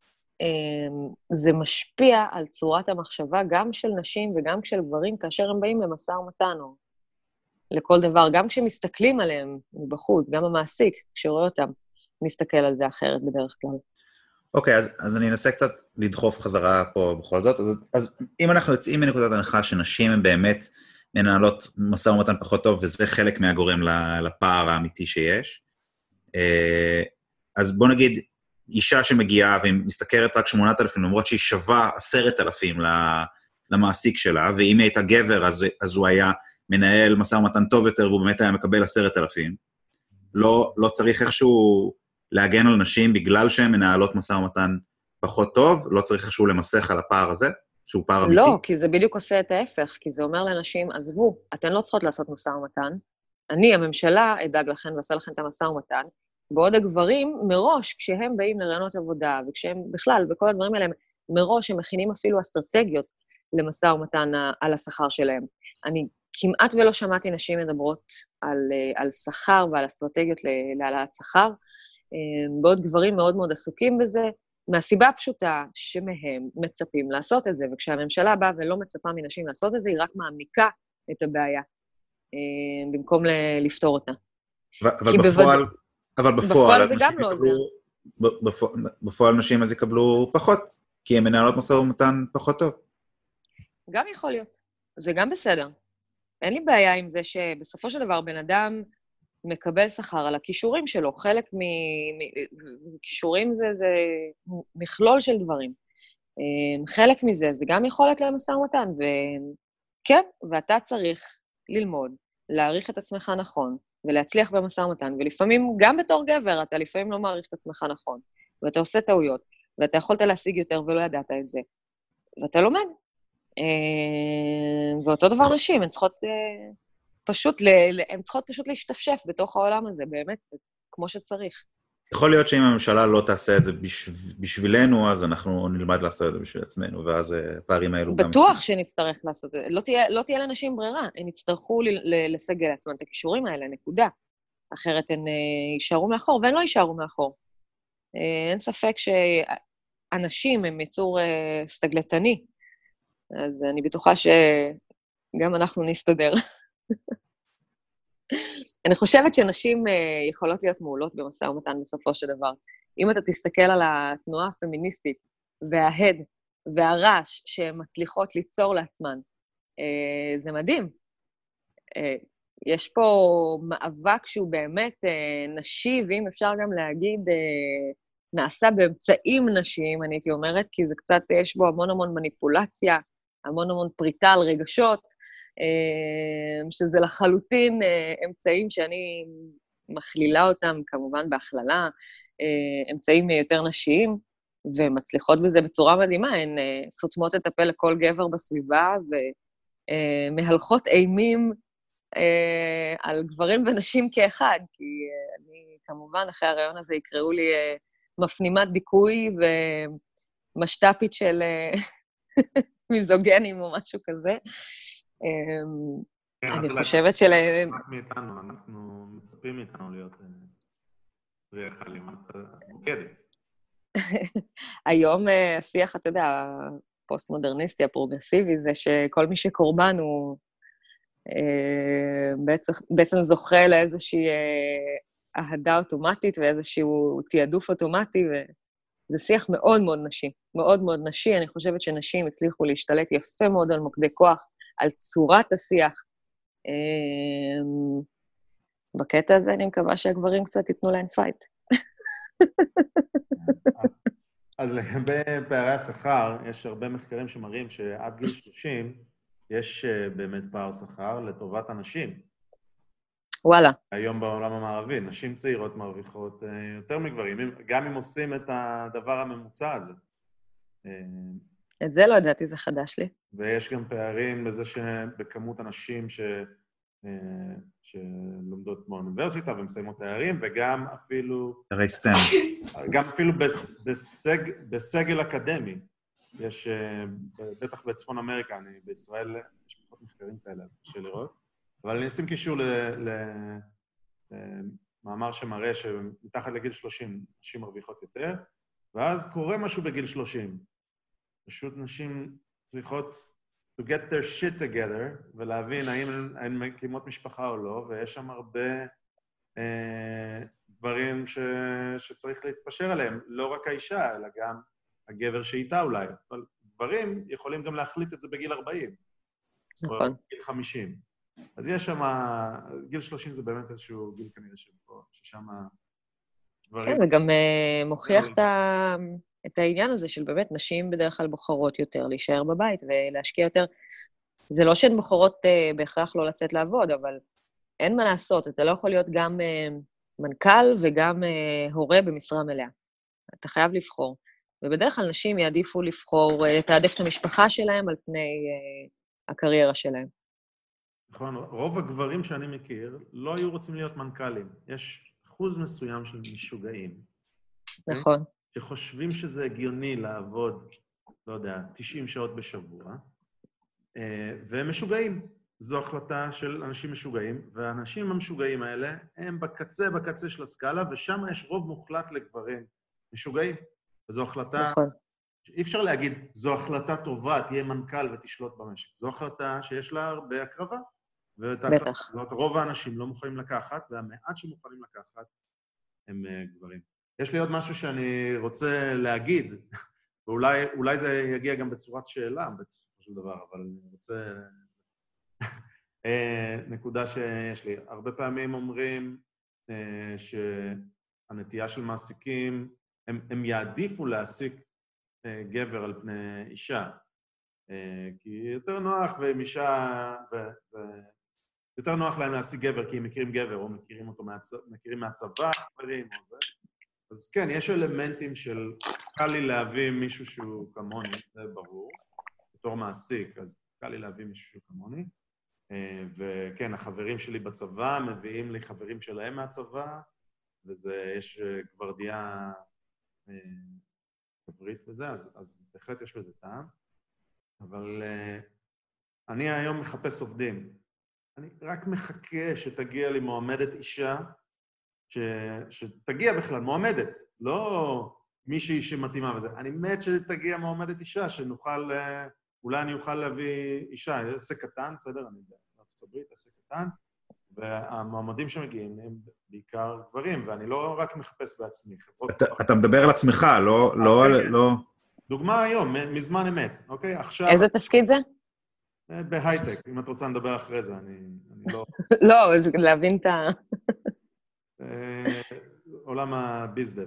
S4: זה משפיע על צורת המחשבה גם של נשים וגם של גברים, כאשר הם באים למשא ומתן או לכל דבר, גם כשמסתכלים עליהם מבחוץ, גם המעסיק, כשרואה אותם, מסתכל על זה אחרת בדרך כלל.
S3: אוקיי, אז, אז אני אנסה קצת לדחוף חזרה פה בכל זאת. אז, אז אם אנחנו יוצאים מנקודת הנחה שנשים הן באמת מנהלות משא ומתן פחות טוב, וזה חלק מהגורם לפער האמיתי שיש, אז בוא נגיד, אישה שמגיעה והיא מסתכרת רק שמונת אלפים, למרות שהיא שווה עשרת אלפים למעסיק שלה, ואם היא הייתה גבר, אז, אז הוא היה מנהל משא ומתן טוב יותר, והוא באמת היה מקבל עשרת אלפים. לא, לא צריך איכשהו להגן על נשים בגלל שהן מנהלות משא ומתן פחות טוב, לא צריך איכשהו למסך על הפער הזה, שהוא פער אמיתי.
S4: לא, כי זה בדיוק עושה את ההפך, כי זה אומר לנשים, עזבו, אתן לא צריכות לעשות משא ומתן, אני, הממשלה, אדאג לכן ועשה לכן את המשא ומתן, בעוד הגברים, מראש, כשהם באים לרעיונות עבודה, וכשהם בכלל, בכל הדברים האלה, מראש הם מכינים אפילו אסטרטגיות למשא ומתן על השכר שלהם. אני כמעט ולא שמעתי נשים מדברות על, על שכר ועל אסטרטגיות להעלאת שכר, בעוד גברים מאוד מאוד עסוקים בזה, מהסיבה הפשוטה שמהם מצפים לעשות את זה, וכשהממשלה באה ולא מצפה מנשים לעשות את זה, היא רק מעמיקה את הבעיה, במקום לפתור אותה.
S3: אבל בפועל...
S4: בוודא...
S3: אבל בפועל,
S4: זה גם לא עוזר.
S3: בפועל, בפועל נשים אז יקבלו פחות, כי הן מנהלות משא ומתן פחות טוב.
S4: גם יכול להיות. זה גם בסדר. אין לי בעיה עם זה שבסופו של דבר בן אדם מקבל שכר על הכישורים שלו. חלק מכישורים זה, זה מכלול של דברים. חלק מזה זה גם יכולת למשא ומתן, וכן, ואתה צריך ללמוד, להעריך את עצמך נכון, ולהצליח במשא ומתן, ולפעמים, גם בתור גבר, אתה לפעמים לא מעריך את עצמך נכון, ואתה עושה טעויות, ואתה יכולת להשיג יותר ולא ידעת את זה, ואתה לומד. ואותו דבר נשים, הן צריכות פשוט, הן צריכות פשוט להשתפשף בתוך העולם הזה, באמת, כמו שצריך.
S3: יכול להיות שאם הממשלה לא תעשה את זה בשבילנו, אז אנחנו נלמד לעשות את זה בשביל עצמנו, ואז הפערים האלו גם...
S4: בטוח שנצטרך לעשות את זה. לא תהיה, לא תהיה לאנשים ברירה, הם יצטרכו לסגל לעצמם את הכישורים האלה, נקודה. אחרת הן יישארו מאחור, והן לא יישארו מאחור. אין ספק שאנשים הם יצור סטגלטני, אז אני בטוחה שגם אנחנו נסתדר. אני חושבת שנשים יכולות להיות מעולות במשא ומתן בסופו של דבר. אם אתה תסתכל על התנועה הפמיניסטית וההד והרעש שהן מצליחות ליצור לעצמן, זה מדהים. יש פה מאבק שהוא באמת נשי, ואם אפשר גם להגיד, נעשה באמצעים נשיים, אני הייתי אומרת, כי זה קצת, יש בו המון המון מניפולציה, המון המון פריטה על רגשות, שזה לחלוטין אמצעים שאני מכלילה אותם, כמובן בהכללה, אמצעים יותר נשיים, ומצליחות בזה בצורה מדהימה, הן סותמות את הפה לכל גבר בסביבה, ומהלכות אימים על גברים ונשים כאחד, כי אני כמובן אחרי הרעיון הזה יקראו לי מפנימת דיכוי ומשטפית של מיזוגנים או משהו כזה. אני חושבת של...
S5: מאיתנו, אנחנו מצפים מאיתנו להיות ריח אלימה מוקדת.
S4: היום השיח, אתה יודע, הפוסט-מודרניסטי, הפרוגרסיבי, זה שכל מי שקורבן הוא בעצם זוכה לאיזושהי אהדה אוטומטית ואיזשהו תיעדוף אוטומטי, וזה שיח מאוד מאוד נשי, מאוד מאוד נשי. אני חושבת שנשים הצליחו להשתלט יפה מאוד על מוקדי כוח, על צורת השיח. בקטע הזה אני מקווה שהגברים קצת ייתנו להם פייט.
S5: אז לגבי פערי השכר, יש הרבה מחקרים שמראים שעד גיל שלושים יש באמת פער שכר לטובת הנשים.
S4: וואלה.
S5: היום בעולם המערבי, נשים צעירות מרוויחות יותר מגברים, גם אם עושים את הדבר הממוצע הזה.
S4: את זה לא ידעתי, זה חדש לי.
S5: ויש גם פערים בזה שבכמות הנשים ש... שלומדות באוניברסיטה ומסיימות תארים, וגם אפילו...
S3: תארי סטם.
S5: גם אפילו בסג... בסגל אקדמי. יש, בטח בצפון אמריקה, אני בישראל, יש פחות מחקרים כאלה, אז קשה לראות. אבל אני אשים קישור למאמר שמראה שמתחת לגיל שלושים נשים מרוויחות יותר, ואז קורה משהו בגיל שלושים. פשוט נשים צריכות to get their shit together, ולהבין האם הן מקימות משפחה או לא, ויש שם הרבה אה, דברים ש, שצריך להתפשר עליהם, לא רק האישה, אלא גם הגבר שאיתה אולי. אבל דברים יכולים גם להחליט את זה בגיל ארבעים.
S4: נכון.
S5: או גיל חמישים. אז יש שם, גיל שלושים זה באמת איזשהו גיל כנראה שפה, ששם דברים...
S4: כן, וגם uh, מוכיח את ה... את העניין הזה של באמת נשים בדרך כלל בוחרות יותר להישאר בבית ולהשקיע יותר. זה לא שהן בוחרות uh, בהכרח לא לצאת לעבוד, אבל אין מה לעשות, אתה לא יכול להיות גם uh, מנכ"ל וגם uh, הורה במשרה מלאה. אתה חייב לבחור. ובדרך כלל נשים יעדיפו לבחור, uh, לתעדף את המשפחה שלהם על פני uh, הקריירה שלהם.
S5: נכון, רוב הגברים שאני מכיר לא היו רוצים להיות מנכ"לים. יש אחוז מסוים של משוגעים.
S4: נכון.
S5: שחושבים שזה הגיוני לעבוד, לא יודע, תשעים שעות בשבוע, והם משוגעים. זו החלטה של אנשים משוגעים, והאנשים המשוגעים האלה הם בקצה, בקצה של הסקאלה, ושם יש רוב מוחלט לגברים משוגעים. וזו החלטה,
S4: נכון.
S5: אי אפשר להגיד, זו החלטה טובה, תהיה מנכ"ל ותשלוט במשק. זו החלטה שיש לה הרבה הקרבה.
S4: בטח.
S5: זאת רוב האנשים לא מוכנים לקחת, והמעט שמוכנים לקחת הם גברים. יש לי עוד משהו שאני רוצה להגיד, ואולי אולי זה יגיע גם בצורת שאלה, בסופו של דבר, אבל אני רוצה... נקודה שיש לי. הרבה פעמים אומרים שהנטייה של מעסיקים, הם, הם יעדיפו להעסיק גבר על פני אישה, כי יותר נוח ועם אישה, ו, ו, יותר נוח להם להעסיק גבר, כי הם מכירים גבר, או מכירים אותו מהצ... מכירים מהצבא, חברים, או זה. אז כן, יש אלמנטים של קל לי להביא מישהו שהוא כמוני, זה ברור, בתור מעסיק, אז קל לי להביא מישהו שהוא כמוני, וכן, החברים שלי בצבא מביאים לי חברים שלהם מהצבא, וזה, יש גוורדיה גברית וזה, אז, אז בהחלט יש בזה טעם. אבל אני היום מחפש עובדים. אני רק מחכה שתגיע לי מועמדת אישה, ש, שתגיע בכלל, מועמדת, לא מישהי שמתאימה וזה. אני מת שתגיע מועמדת אישה, שנוכל, אולי אני אוכל להביא אישה, עסק קטן, בסדר? אני בארצות הברית, עסק קטן, והמועמדים שמגיעים הם בעיקר גברים, ואני לא רק מחפש בעצמי.
S3: אתה, אתה מדבר על עצמך, לא, לא,
S5: כן,
S3: לא...
S5: דוגמה היום, מזמן אמת, אוקיי? עכשיו...
S4: איזה תפקיד זה?
S5: בהייטק, אם את רוצה לדבר אחרי זה, אני, אני לא...
S4: לא, זה להבין את ה...
S5: עולם הביזדב.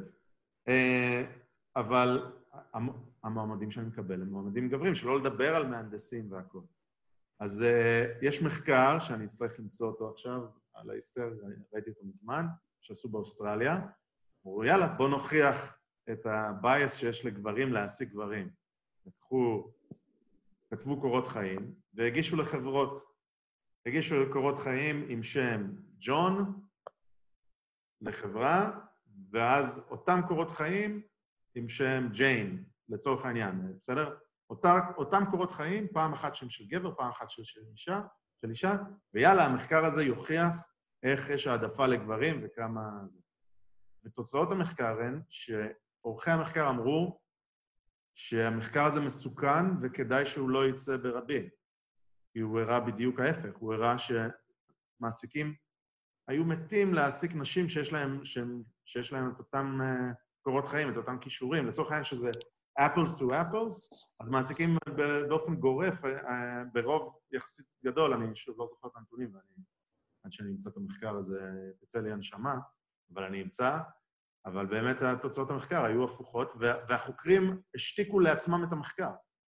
S5: אבל המועמדים שאני מקבל הם מועמדים גברים, שלא לדבר על מהנדסים והכל. אז יש מחקר שאני אצטרך למצוא אותו עכשיו, על ההיסטר, ראיתי אותו מזמן, שעשו באוסטרליה. אמרו, יאללה, בוא נוכיח את הבייס שיש לגברים להעסיק גברים. לקחו, כתבו קורות חיים, והגישו לחברות. הגישו לקורות חיים עם שם ג'ון לחברה, ואז אותם קורות חיים עם שם ג'יין, לצורך העניין, בסדר? אותה, אותם קורות חיים, פעם אחת שם של גבר, פעם אחת של, של אישה, של אישה, ויאללה, המחקר הזה יוכיח איך יש העדפה לגברים וכמה זה. ותוצאות המחקר הן שעורכי המחקר אמרו שהמחקר הזה מסוכן וכדאי שהוא לא יצא ברבים. כי הוא הראה בדיוק ההפך, הוא הראה שמעסיקים היו מתים להעסיק נשים שיש להם, שהם, שיש להם את אותם uh, קורות חיים, את אותם כישורים, לצורך העניין שזה apples to apples, אז מעסיקים באופן גורף, uh, ברוב יחסית גדול, אני שוב לא זוכר את הנתונים, ואני, עד שאני אמצא את המחקר הזה, תצא לי הנשמה, אבל אני אמצא, אבל באמת התוצאות המחקר היו הפוכות, והחוקרים השתיקו לעצמם את המחקר.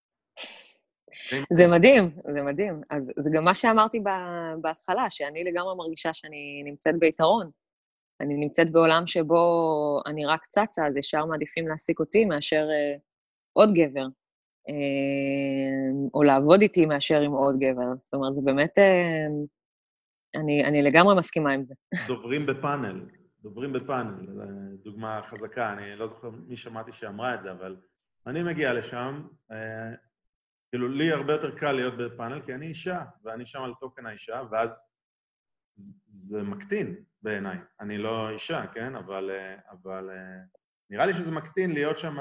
S4: זה מדהים, זה מדהים. אז זה גם מה שאמרתי בהתחלה, שאני לגמרי מרגישה שאני נמצאת ביתרון. אני נמצאת בעולם שבו אני רק צצה, אז ישר מעדיפים להעסיק אותי מאשר אה, עוד גבר, אה, או לעבוד איתי מאשר עם עוד גבר. זאת אומרת, זה באמת, אה, אני, אני לגמרי מסכימה עם זה.
S5: דוברים בפאנל, דוברים בפאנל, דוגמה חזקה, אני לא זוכר מי שמעתי שאמרה את זה, אבל אני מגיע לשם, אה, כאילו, לי הרבה יותר קל להיות בפאנל, כי אני אישה, ואני שם על טוקן האישה, ואז זה מקטין בעיניי. אני לא אישה, כן? אבל, אבל נראה לי שזה מקטין להיות שם...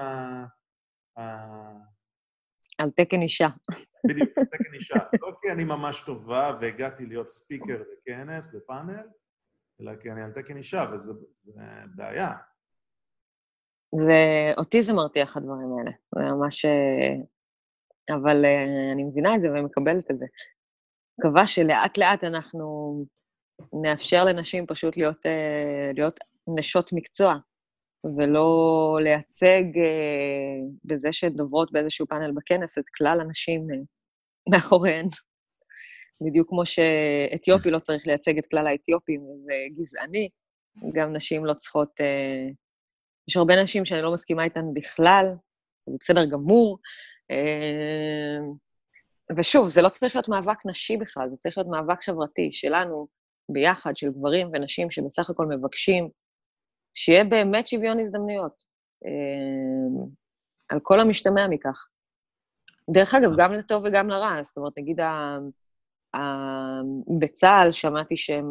S4: על תקן אישה.
S5: בדיוק, על תקן אישה. לא כי אני ממש טובה והגעתי להיות ספיקר בכנס, בפאנל, אלא כי אני על תקן אישה, וזה בעיה.
S4: זה, אותי זה מרתיח הדברים האלה. זה ממש... אבל uh, אני מבינה את זה ומקבלת את זה. מקווה שלאט לאט אנחנו נאפשר לנשים פשוט להיות, uh, להיות נשות מקצוע, ולא לייצג uh, בזה שדוברות באיזשהו פאנל בכנס את כלל הנשים uh, מאחוריהן. בדיוק כמו שאתיופי לא צריך לייצג את כלל האתיופים, זה גזעני, גם נשים לא צריכות... Uh, יש הרבה נשים שאני לא מסכימה איתן בכלל, זה בסדר גמור, ושוב, זה לא צריך להיות מאבק נשי בכלל, זה צריך להיות מאבק חברתי שלנו, ביחד, של גברים ונשים שבסך הכל מבקשים, שיהיה באמת שוויון הזדמנויות, על כל המשתמע מכך. דרך אגב, גם לטוב וגם לרע, זאת אומרת, נגיד, בצה"ל שמעתי שהם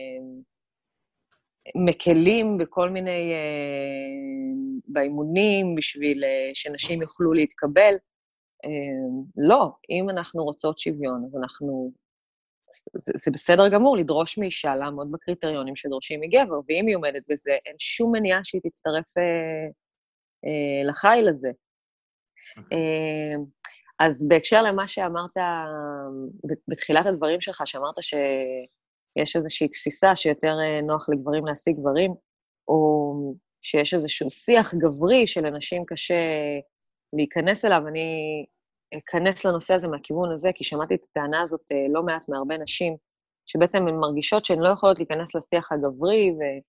S4: מקלים בכל מיני, באימונים, בשביל שנשים יוכלו להתקבל, לא, אם אנחנו רוצות שוויון, אז אנחנו, זה, זה בסדר גמור לדרוש מאישה לעמוד בקריטריונים שדורשים מגבר, ואם היא עומדת בזה, אין שום מניעה שהיא תצטרף אה, אה, לחיל הזה. Okay. אה, אז בהקשר למה שאמרת בתחילת הדברים שלך, שאמרת שיש איזושהי תפיסה שיותר נוח לגברים להשיג גברים, או שיש איזשהו שיח גברי שלנשים קשה להיכנס אליו, אני אכנס לנושא הזה מהכיוון הזה, כי שמעתי את הטענה הזאת לא מעט מהרבה נשים, שבעצם הן מרגישות שהן לא יכולות להיכנס לשיח הגברי,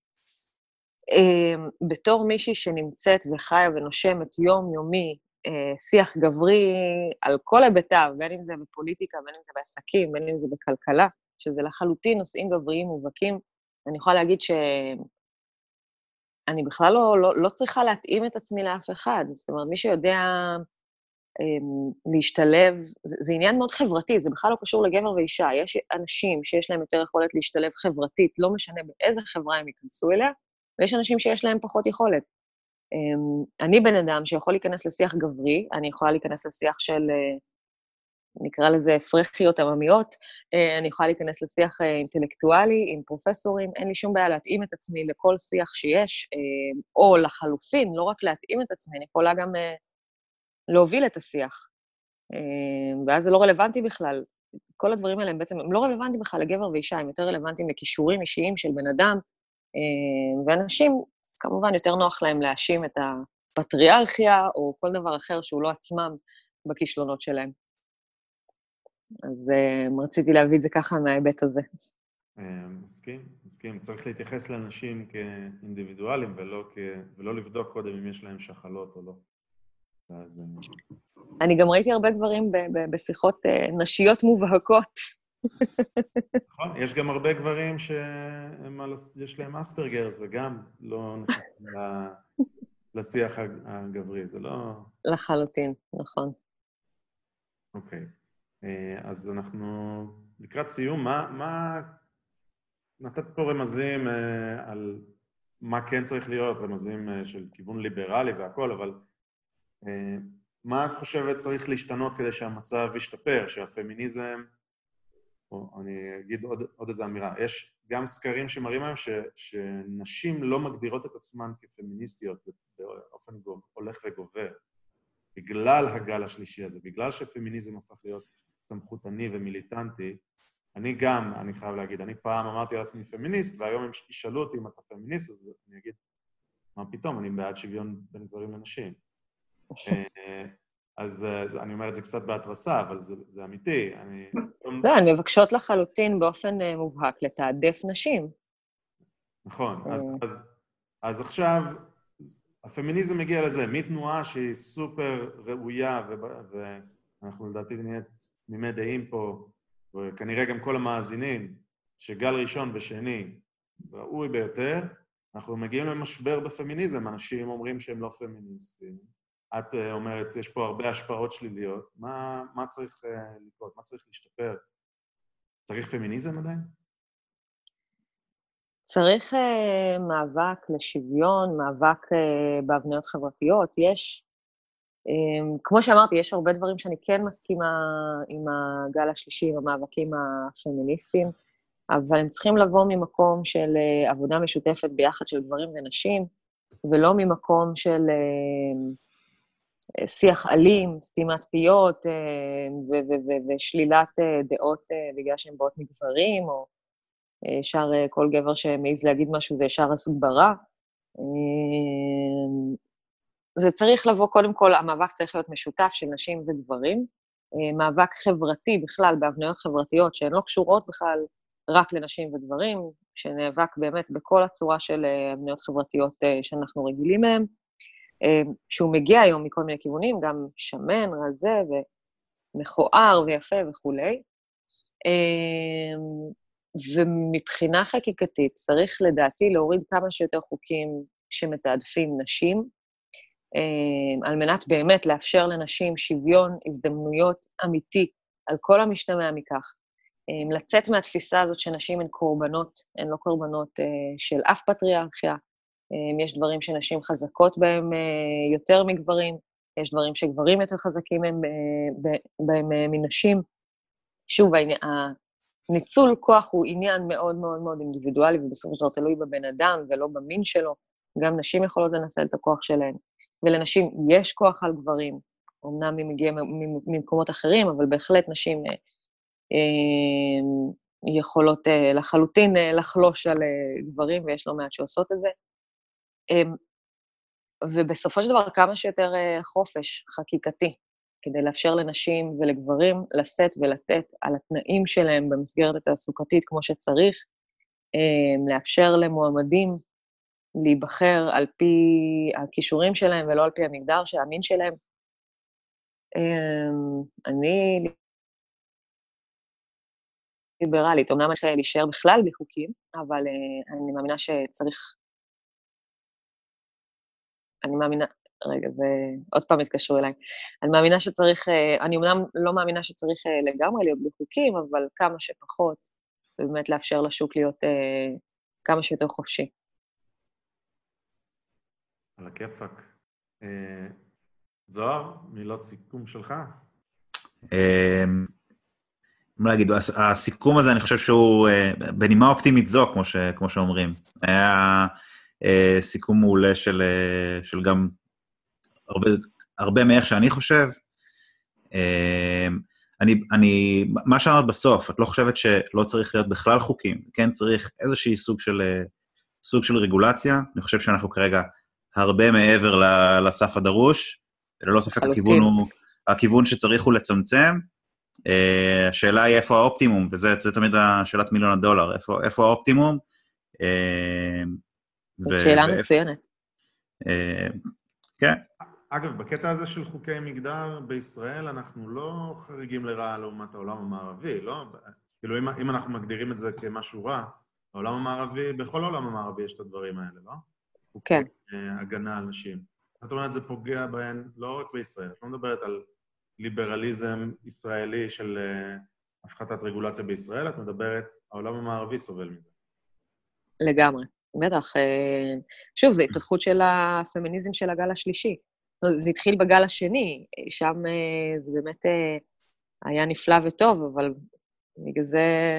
S4: ובתור מישהי שנמצאת וחיה ונושמת יום-יומי, שיח גברי על כל היבטיו, בין אם זה בפוליטיקה, בין אם זה בעסקים, בין אם זה בכלכלה, שזה לחלוטין נושאים גבריים מובהקים, אני יכולה להגיד ש... אני בכלל לא, לא, לא צריכה להתאים את עצמי לאף אחד. זאת אומרת, מי שיודע אמ, להשתלב, זה, זה עניין מאוד חברתי, זה בכלל לא קשור לגבר ואישה. יש אנשים שיש להם יותר יכולת להשתלב חברתית, לא משנה באיזה חברה הם ייכנסו אליה, ויש אנשים שיש להם פחות יכולת. אמ, אני בן אדם שיכול להיכנס לשיח גברי, אני יכולה להיכנס לשיח של, אה, נקרא לזה פרחיות עממיות, אה, אני יכולה להיכנס לשיח אה, אינטלקטואלי עם פרופסורים, אין לי שום בעיה להתאים את עצמי לכל שיח שיש, אה, או לחלופין, לא רק להתאים את עצמי, אני יכולה גם אה, להוביל את השיח. אה, ואז זה לא רלוונטי בכלל. כל הדברים האלה הם בעצם, הם לא רלוונטיים בכלל לגבר ואישה, הם יותר רלוונטיים לכישורים אישיים של בן אדם, אה, ואנשים, כמובן יותר נוח להם להאשים את הפטריארכיה, או כל דבר אחר שהוא לא עצמם בכישלונות שלהם. אז uh, רציתי להביא את זה ככה מההיבט הזה.
S5: מסכים, מסכים. צריך להתייחס לאנשים כאינדיבידואלים, ולא, כ... ולא לבדוק קודם אם יש להם שחלות או לא. ואז...
S4: אני גם ראיתי הרבה גברים ב- ב- בשיחות uh, נשיות מובהקות.
S5: נכון, יש גם הרבה גברים שיש להם אספרגרס, וגם לא נכנסים לשיח הגברי, זה לא...
S4: לחלוטין, נכון.
S5: אוקיי. אז אנחנו לקראת סיום, מה, מה... נתת פה רמזים אה, על מה כן צריך להיות, רמזים אה, של כיוון ליברלי והכל, אבל אה, מה את חושבת צריך להשתנות כדי שהמצב ישתפר, שהפמיניזם, או אני אגיד עוד, עוד איזו אמירה, יש גם סקרים שמראים היום ש, שנשים לא מגדירות את עצמן כפמיניסטיות באופן גוב, הולך וגובר, בגלל הגל השלישי הזה, בגלל שפמיניזם הפך להיות סמכותני ומיליטנטי. אני גם, אני חייב להגיד, אני פעם אמרתי על עצמי פמיניסט, והיום הם ישאלו אותי אם אתה פמיניסט, אז אני אגיד, מה פתאום, אני בעד שוויון בין גברים לנשים. אז, אז אני אומר את זה קצת בהתרסה, אבל זה, זה אמיתי. אני...
S4: לא, הן מבקשות לחלוטין באופן מובהק לתעדף נשים.
S5: נכון, אז, אז, אז עכשיו, הפמיניזם מגיע לזה, מתנועה שהיא סופר ראויה, ואנחנו לדעתי נהיית תמימי דעים פה, וכנראה גם כל המאזינים, שגל ראשון ושני ראוי ביותר, אנחנו מגיעים למשבר בפמיניזם, אנשים אומרים שהם לא פמיניסטים. את אומרת, יש פה הרבה השפעות שליליות, מה, מה צריך לקרות, מה צריך להשתפר? צריך פמיניזם עדיין?
S4: צריך uh, מאבק לשוויון, מאבק uh, בהבניות חברתיות. יש, um, כמו שאמרתי, יש הרבה דברים שאני כן מסכימה עם הגל השלישי, עם המאבקים הפמיניסטיים, אבל הם צריכים לבוא ממקום של uh, עבודה משותפת ביחד של גברים ונשים, ולא ממקום של uh, שיח אלים, סתימת פיות, uh, ו- ו- ו- ושלילת uh, דעות uh, בגלל שהן באות מגברים, או ישר כל גבר שמעיז להגיד משהו, זה ישר הסגברה. זה צריך לבוא, קודם כל, המאבק צריך להיות משותף של נשים וגברים, מאבק חברתי בכלל, בהבניות חברתיות, שהן לא קשורות בכלל רק לנשים וגברים, שנאבק באמת בכל הצורה של הבניות חברתיות שאנחנו רגילים מהן, שהוא מגיע היום מכל מיני כיוונים, גם שמן, רזה ומכוער ויפה וכולי. ומבחינה חקיקתית צריך לדעתי להוריד כמה שיותר חוקים שמתעדפים נשים, על מנת באמת לאפשר לנשים שוויון הזדמנויות אמיתי על כל המשתמע מכך, לצאת מהתפיסה הזאת שנשים הן קורבנות, הן לא קורבנות של אף פטריארכיה, יש דברים שנשים חזקות בהם יותר מגברים, יש דברים שגברים יותר חזקים בהם מנשים. שוב, ניצול כוח הוא עניין מאוד מאוד מאוד אינדיבידואלי, ובסופו של דבר תלוי בבן אדם ולא במין שלו, גם נשים יכולות לנצל את הכוח שלהן, ולנשים יש כוח על גברים, אמנם הם מגיעים ממקומות אחרים, אבל בהחלט נשים אה, אה, יכולות אה, לחלוטין אה, לחלוש על אה, גברים, ויש לא מעט שעושות את זה. אה, ובסופו של דבר כמה שיותר אה, חופש חקיקתי, כדי לאפשר לנשים ולגברים לשאת ולתת על התנאים שלהם במסגרת התעסוקתית כמו שצריך, לאפשר למועמדים להיבחר על פי הכישורים שלהם ולא על פי המגדר של המין שלהם. אני ליברלית, אמנם אני להישאר בכלל בחוקים, אבל אני מאמינה שצריך אני מאמינה, רגע, ועוד פעם התקשרו אליי. אני מאמינה שצריך, אני אמנם לא מאמינה שצריך לגמרי להיות בחוקים, אבל כמה שפחות, ובאמת לאפשר לשוק להיות כמה שיותר חופשי.
S5: על הכיפק. זוהר, מילות סיכום שלך?
S3: מה להגיד, הסיכום הזה אני חושב שהוא בנימה אופטימית זו, כמו, ש, כמו שאומרים. היה סיכום מעולה של, של גם הרבה, הרבה מאיך שאני חושב. אני, אני, מה שאמרת בסוף, את לא חושבת שלא צריך להיות בכלל חוקים, כן צריך איזושהי סוג של, סוג של רגולציה, אני חושב שאנחנו כרגע הרבה מעבר לסף הדרוש, ללא ספק הכיוון הוא, הכיוון שצריך הוא לצמצם, השאלה היא איפה האופטימום, וזה תמיד השאלת מיליון הדולר, איפה, איפה האופטימום?
S4: זאת שאלה מצוינת.
S3: כן.
S5: אגב, בקטע הזה של חוקי מגדר בישראל, אנחנו לא חריגים לרעה לעומת העולם המערבי, לא? כאילו, אם, אם אנחנו מגדירים את זה כמשהו רע, העולם המערבי, בכל העולם המערבי יש את הדברים האלה, לא?
S4: כן.
S5: הגנה על נשים. זאת אומרת, זה פוגע בהן לא רק בישראל, את לא מדברת על ליברליזם ישראלי של uh, הפחתת רגולציה בישראל, את מדברת, העולם המערבי סובל מזה.
S4: לגמרי, בטח. שוב, זו התפתחות של הפמיניזם של הגל השלישי. זה התחיל בגל השני, שם זה באמת היה נפלא וטוב, אבל בגלל זה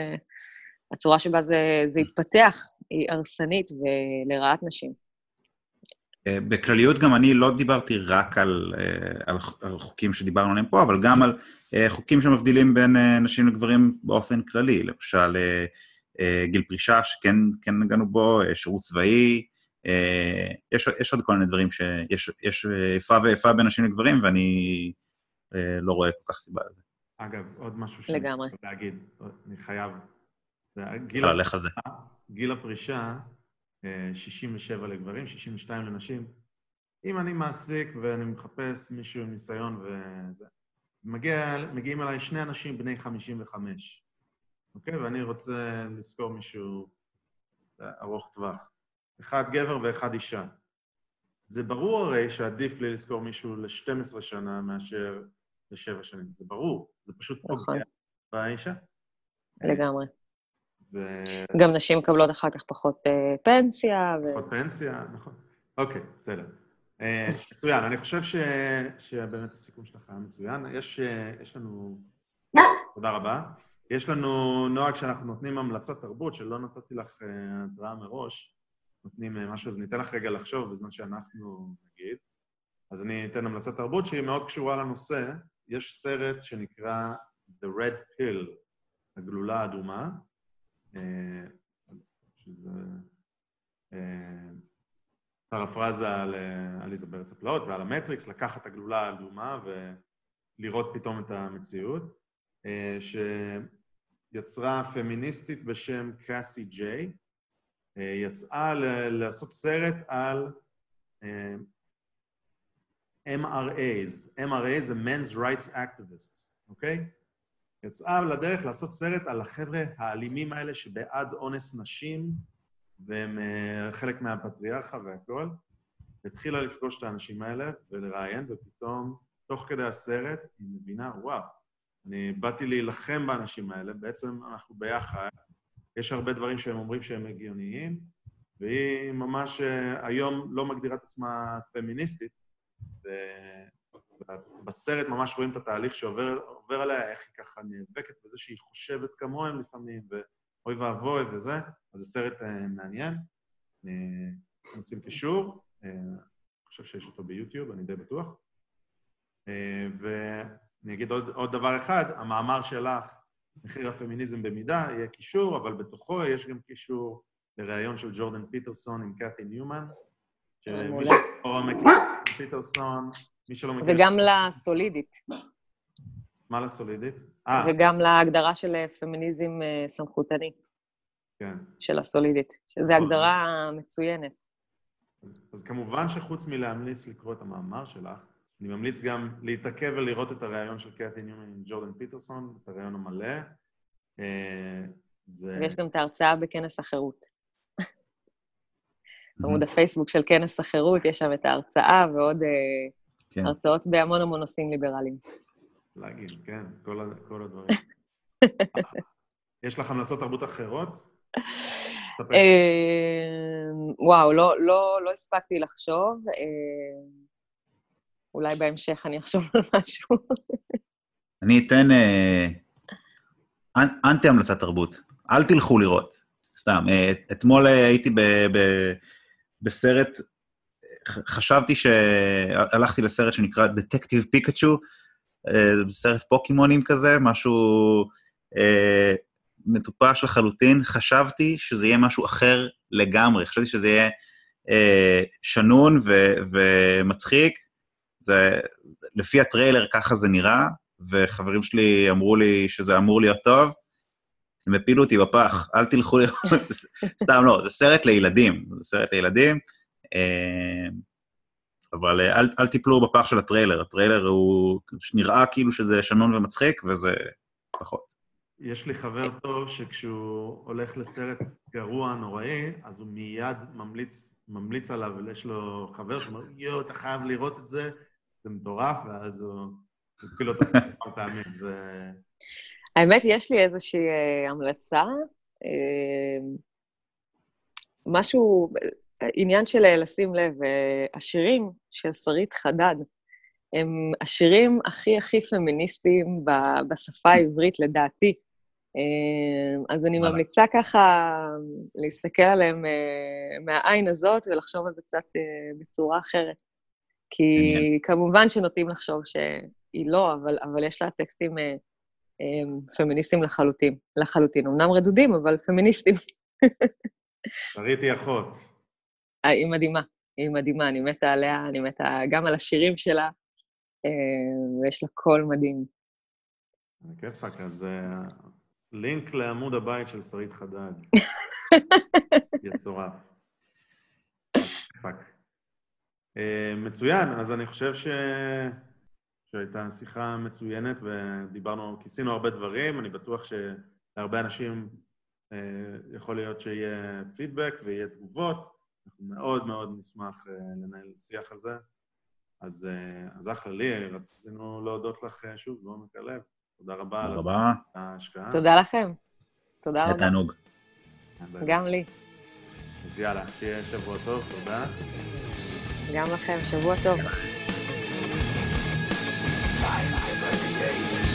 S4: הצורה שבה זה, זה התפתח היא הרסנית ולרעת נשים.
S3: בכלליות גם אני לא דיברתי רק על, על, על חוקים שדיברנו עליהם פה, אבל גם על חוקים שמבדילים בין נשים לגברים באופן כללי, למשל גיל פרישה שכן כן נגענו בו, שירות צבאי, יש, יש עוד כל מיני דברים שיש יש איפה ואיפה בין נשים לגברים, ואני לא רואה כל כך סיבה לזה.
S5: אגב, עוד משהו שאני
S4: לגמרי.
S5: רוצה להגיד, אני חייב, גיל,
S3: הפרישה,
S5: גיל הפרישה, שישים ושבע לגברים, שישים ושתיים לנשים. אם אני מעסיק ואני מחפש מישהו עם ניסיון וזה, מגיע, מגיעים אליי שני אנשים בני חמישים וחמש, אוקיי? ואני רוצה לזכור מישהו ארוך טווח. אחד גבר ואחד אישה. זה ברור הרי שעדיף לי לזכור מישהו ל-שתים עשרה שנה מאשר ל-שבע שנים. זה ברור. זה פשוט פוגע באישה.
S4: לגמרי.
S5: ו...
S4: גם נשים מקבלות אחר כך פחות uh, פנסיה.
S5: פחות ו... פנסיה, נכון. אוקיי, בסדר. Uh, מצוין, אני חושב ש... שבאמת הסיכום שלך היה מצוין. יש, uh, יש לנו... תודה רבה. יש לנו נוהג שאנחנו נותנים המלצות תרבות, שלא נתתי לך uh, התראה מראש. נותנים uh, משהו, אז ניתן לך רגע לחשוב בזמן שאנחנו נגיד. אז אני אתן המלצת תרבות שהיא מאוד קשורה לנושא. יש סרט שנקרא The Red Pill, הגלולה האדומה, שזה פרפרזה על עליזה בארץ הפלאות ועל המטריקס, לקחת את הגלולה האדומה ולראות פתאום את המציאות, שיצרה פמיניסטית בשם קאסי ג'יי, יצאה לעשות סרט על אם אר איז, אם אר איז זה Men's Rights Activists, אוקיי? יצאה לדרך לעשות סרט על החבר'ה האלימים האלה שבעד אונס נשים, והם חלק מהפטריארכה והכל. התחילה לפגוש את האנשים האלה ולראיין, ופתאום, תוך כדי הסרט, היא מבינה, וואו, אני באתי להילחם באנשים האלה, בעצם אנחנו ביחד, יש הרבה דברים שהם אומרים שהם הגיוניים, והיא ממש היום לא מגדירה את עצמה פמיניסטית, ובסרט ממש רואים את התהליך שעובר עובר עליה, איך היא ככה נאבקת בזה שהיא חושבת כמוהם לפעמים, ואוי ואבוי וזה, אז זה סרט מעניין. נשים קישור, אני חושב שיש אותו ביוטיוב, אני די בטוח. ואני אגיד עוד, עוד דבר אחד, המאמר שלך, מחיר הפמיניזם במידה, יהיה קישור, אבל בתוכו יש גם קישור לראיון של ג'ורדן פיטרסון עם קאתי ניומן, שמי שלא מכיר פיטרסון, מי שלא מכיר...
S4: וגם לסולידית.
S5: מה לסולידית?
S4: וגם להגדרה של פמיניזם סמכותני.
S5: כן.
S4: של הסולידית, שזו הגדרה מצוינת.
S5: אז, אז כמובן שחוץ מלהמליץ לקרוא את המאמר שלך, אני ממליץ גם להתעכב ולראות את הראיון של קאתי ניומן עם ג'ורדן פיטרסון, את הראיון המלא. זה...
S4: ויש גם את ההרצאה בכנס החירות. בעמוד הפייסבוק של כנס החירות, יש שם את ההרצאה ועוד
S3: כן.
S4: הרצאות בהמון המון נושאים ליברליים.
S5: להגיד, כן, כל, ה- כל הדברים. יש לך המלצות תרבות אחרות? ספק.
S4: אה, וואו, לא, לא, לא הספקתי לחשוב. אה, אולי בהמשך אני אחשוב על משהו.
S3: אני אתן אה, אנ- אנטי המלצת תרבות. אל תלכו לראות. סתם. אה, אתמול אה, הייתי ב, ב, בסרט, ח- חשבתי שהלכתי לסרט שנקרא דטקטיב פיקאצ'ו, אה, זה סרט פוקימונים כזה, משהו אה, מטופש לחלוטין. חשבתי שזה יהיה משהו אחר לגמרי. חשבתי שזה יהיה אה, שנון ו, ומצחיק. זה, לפי הטריילר ככה זה נראה, וחברים שלי אמרו לי שזה אמור להיות טוב, הם הפילו אותי בפח, אל תלכו לראות, סתם לא, זה סרט לילדים, זה סרט לילדים, אבל אל, אל תיפלו בפח של הטריילר, הטריילר הוא נראה כאילו שזה שנון ומצחיק, וזה פחות.
S5: יש לי חבר טוב שכשהוא הולך לסרט גרוע נוראי, אז הוא מיד ממליץ, ממליץ עליו, ויש לו חבר שאומר, יו, אתה חייב לראות את זה, זה מטורף, ואז הוא הפיל אותו כמה פעמים. זה...
S4: האמת, יש לי איזושהי אה, המלצה, אה, משהו, עניין של לשים לב, אה, השירים של שרית חדד, הם השירים הכי הכי פמיניסטיים ב- בשפה העברית לדעתי. אה, אז אני ממליצה ככה להסתכל עליהם אה, מהעין הזאת ולחשוב על זה קצת אה, בצורה אחרת. כי
S3: מעניין.
S4: כמובן שנוטים לחשוב שהיא לא, אבל, אבל יש לה טקסטים אה, אה, פמיניסטיים לחלוטין, לחלוטין. אמנם רדודים, אבל פמיניסטיים.
S5: שרית היא אחות.
S4: אה, היא מדהימה, היא מדהימה, אני מתה עליה, אני מתה גם על השירים שלה, אה, ויש לה קול מדהים.
S5: כיפק, אז אה, לינק לעמוד הבית של שרית חדד. יצורף. כיפק. אה, מצוין, אז אני חושב ש... שהייתה שיחה מצוינת ודיברנו, כיסינו הרבה דברים, אני בטוח שלהרבה אנשים אה, יכול להיות שיהיה פידבק ויהיה תגובות, אנחנו מאוד מאוד נשמח אה, לנהל שיח על זה. אז, אה, אז אחלה לי, רצינו להודות לך שוב, בעומק הלב. תודה רבה על
S3: רבה.
S5: ההשקעה.
S4: תודה לכם. תודה
S3: היה
S4: רבה.
S3: תענוג.
S4: גם לי.
S5: אז יאללה, שיהיה שבוע טוב, תודה.
S4: גם לכם, שבוע טוב.
S2: Time to play the game.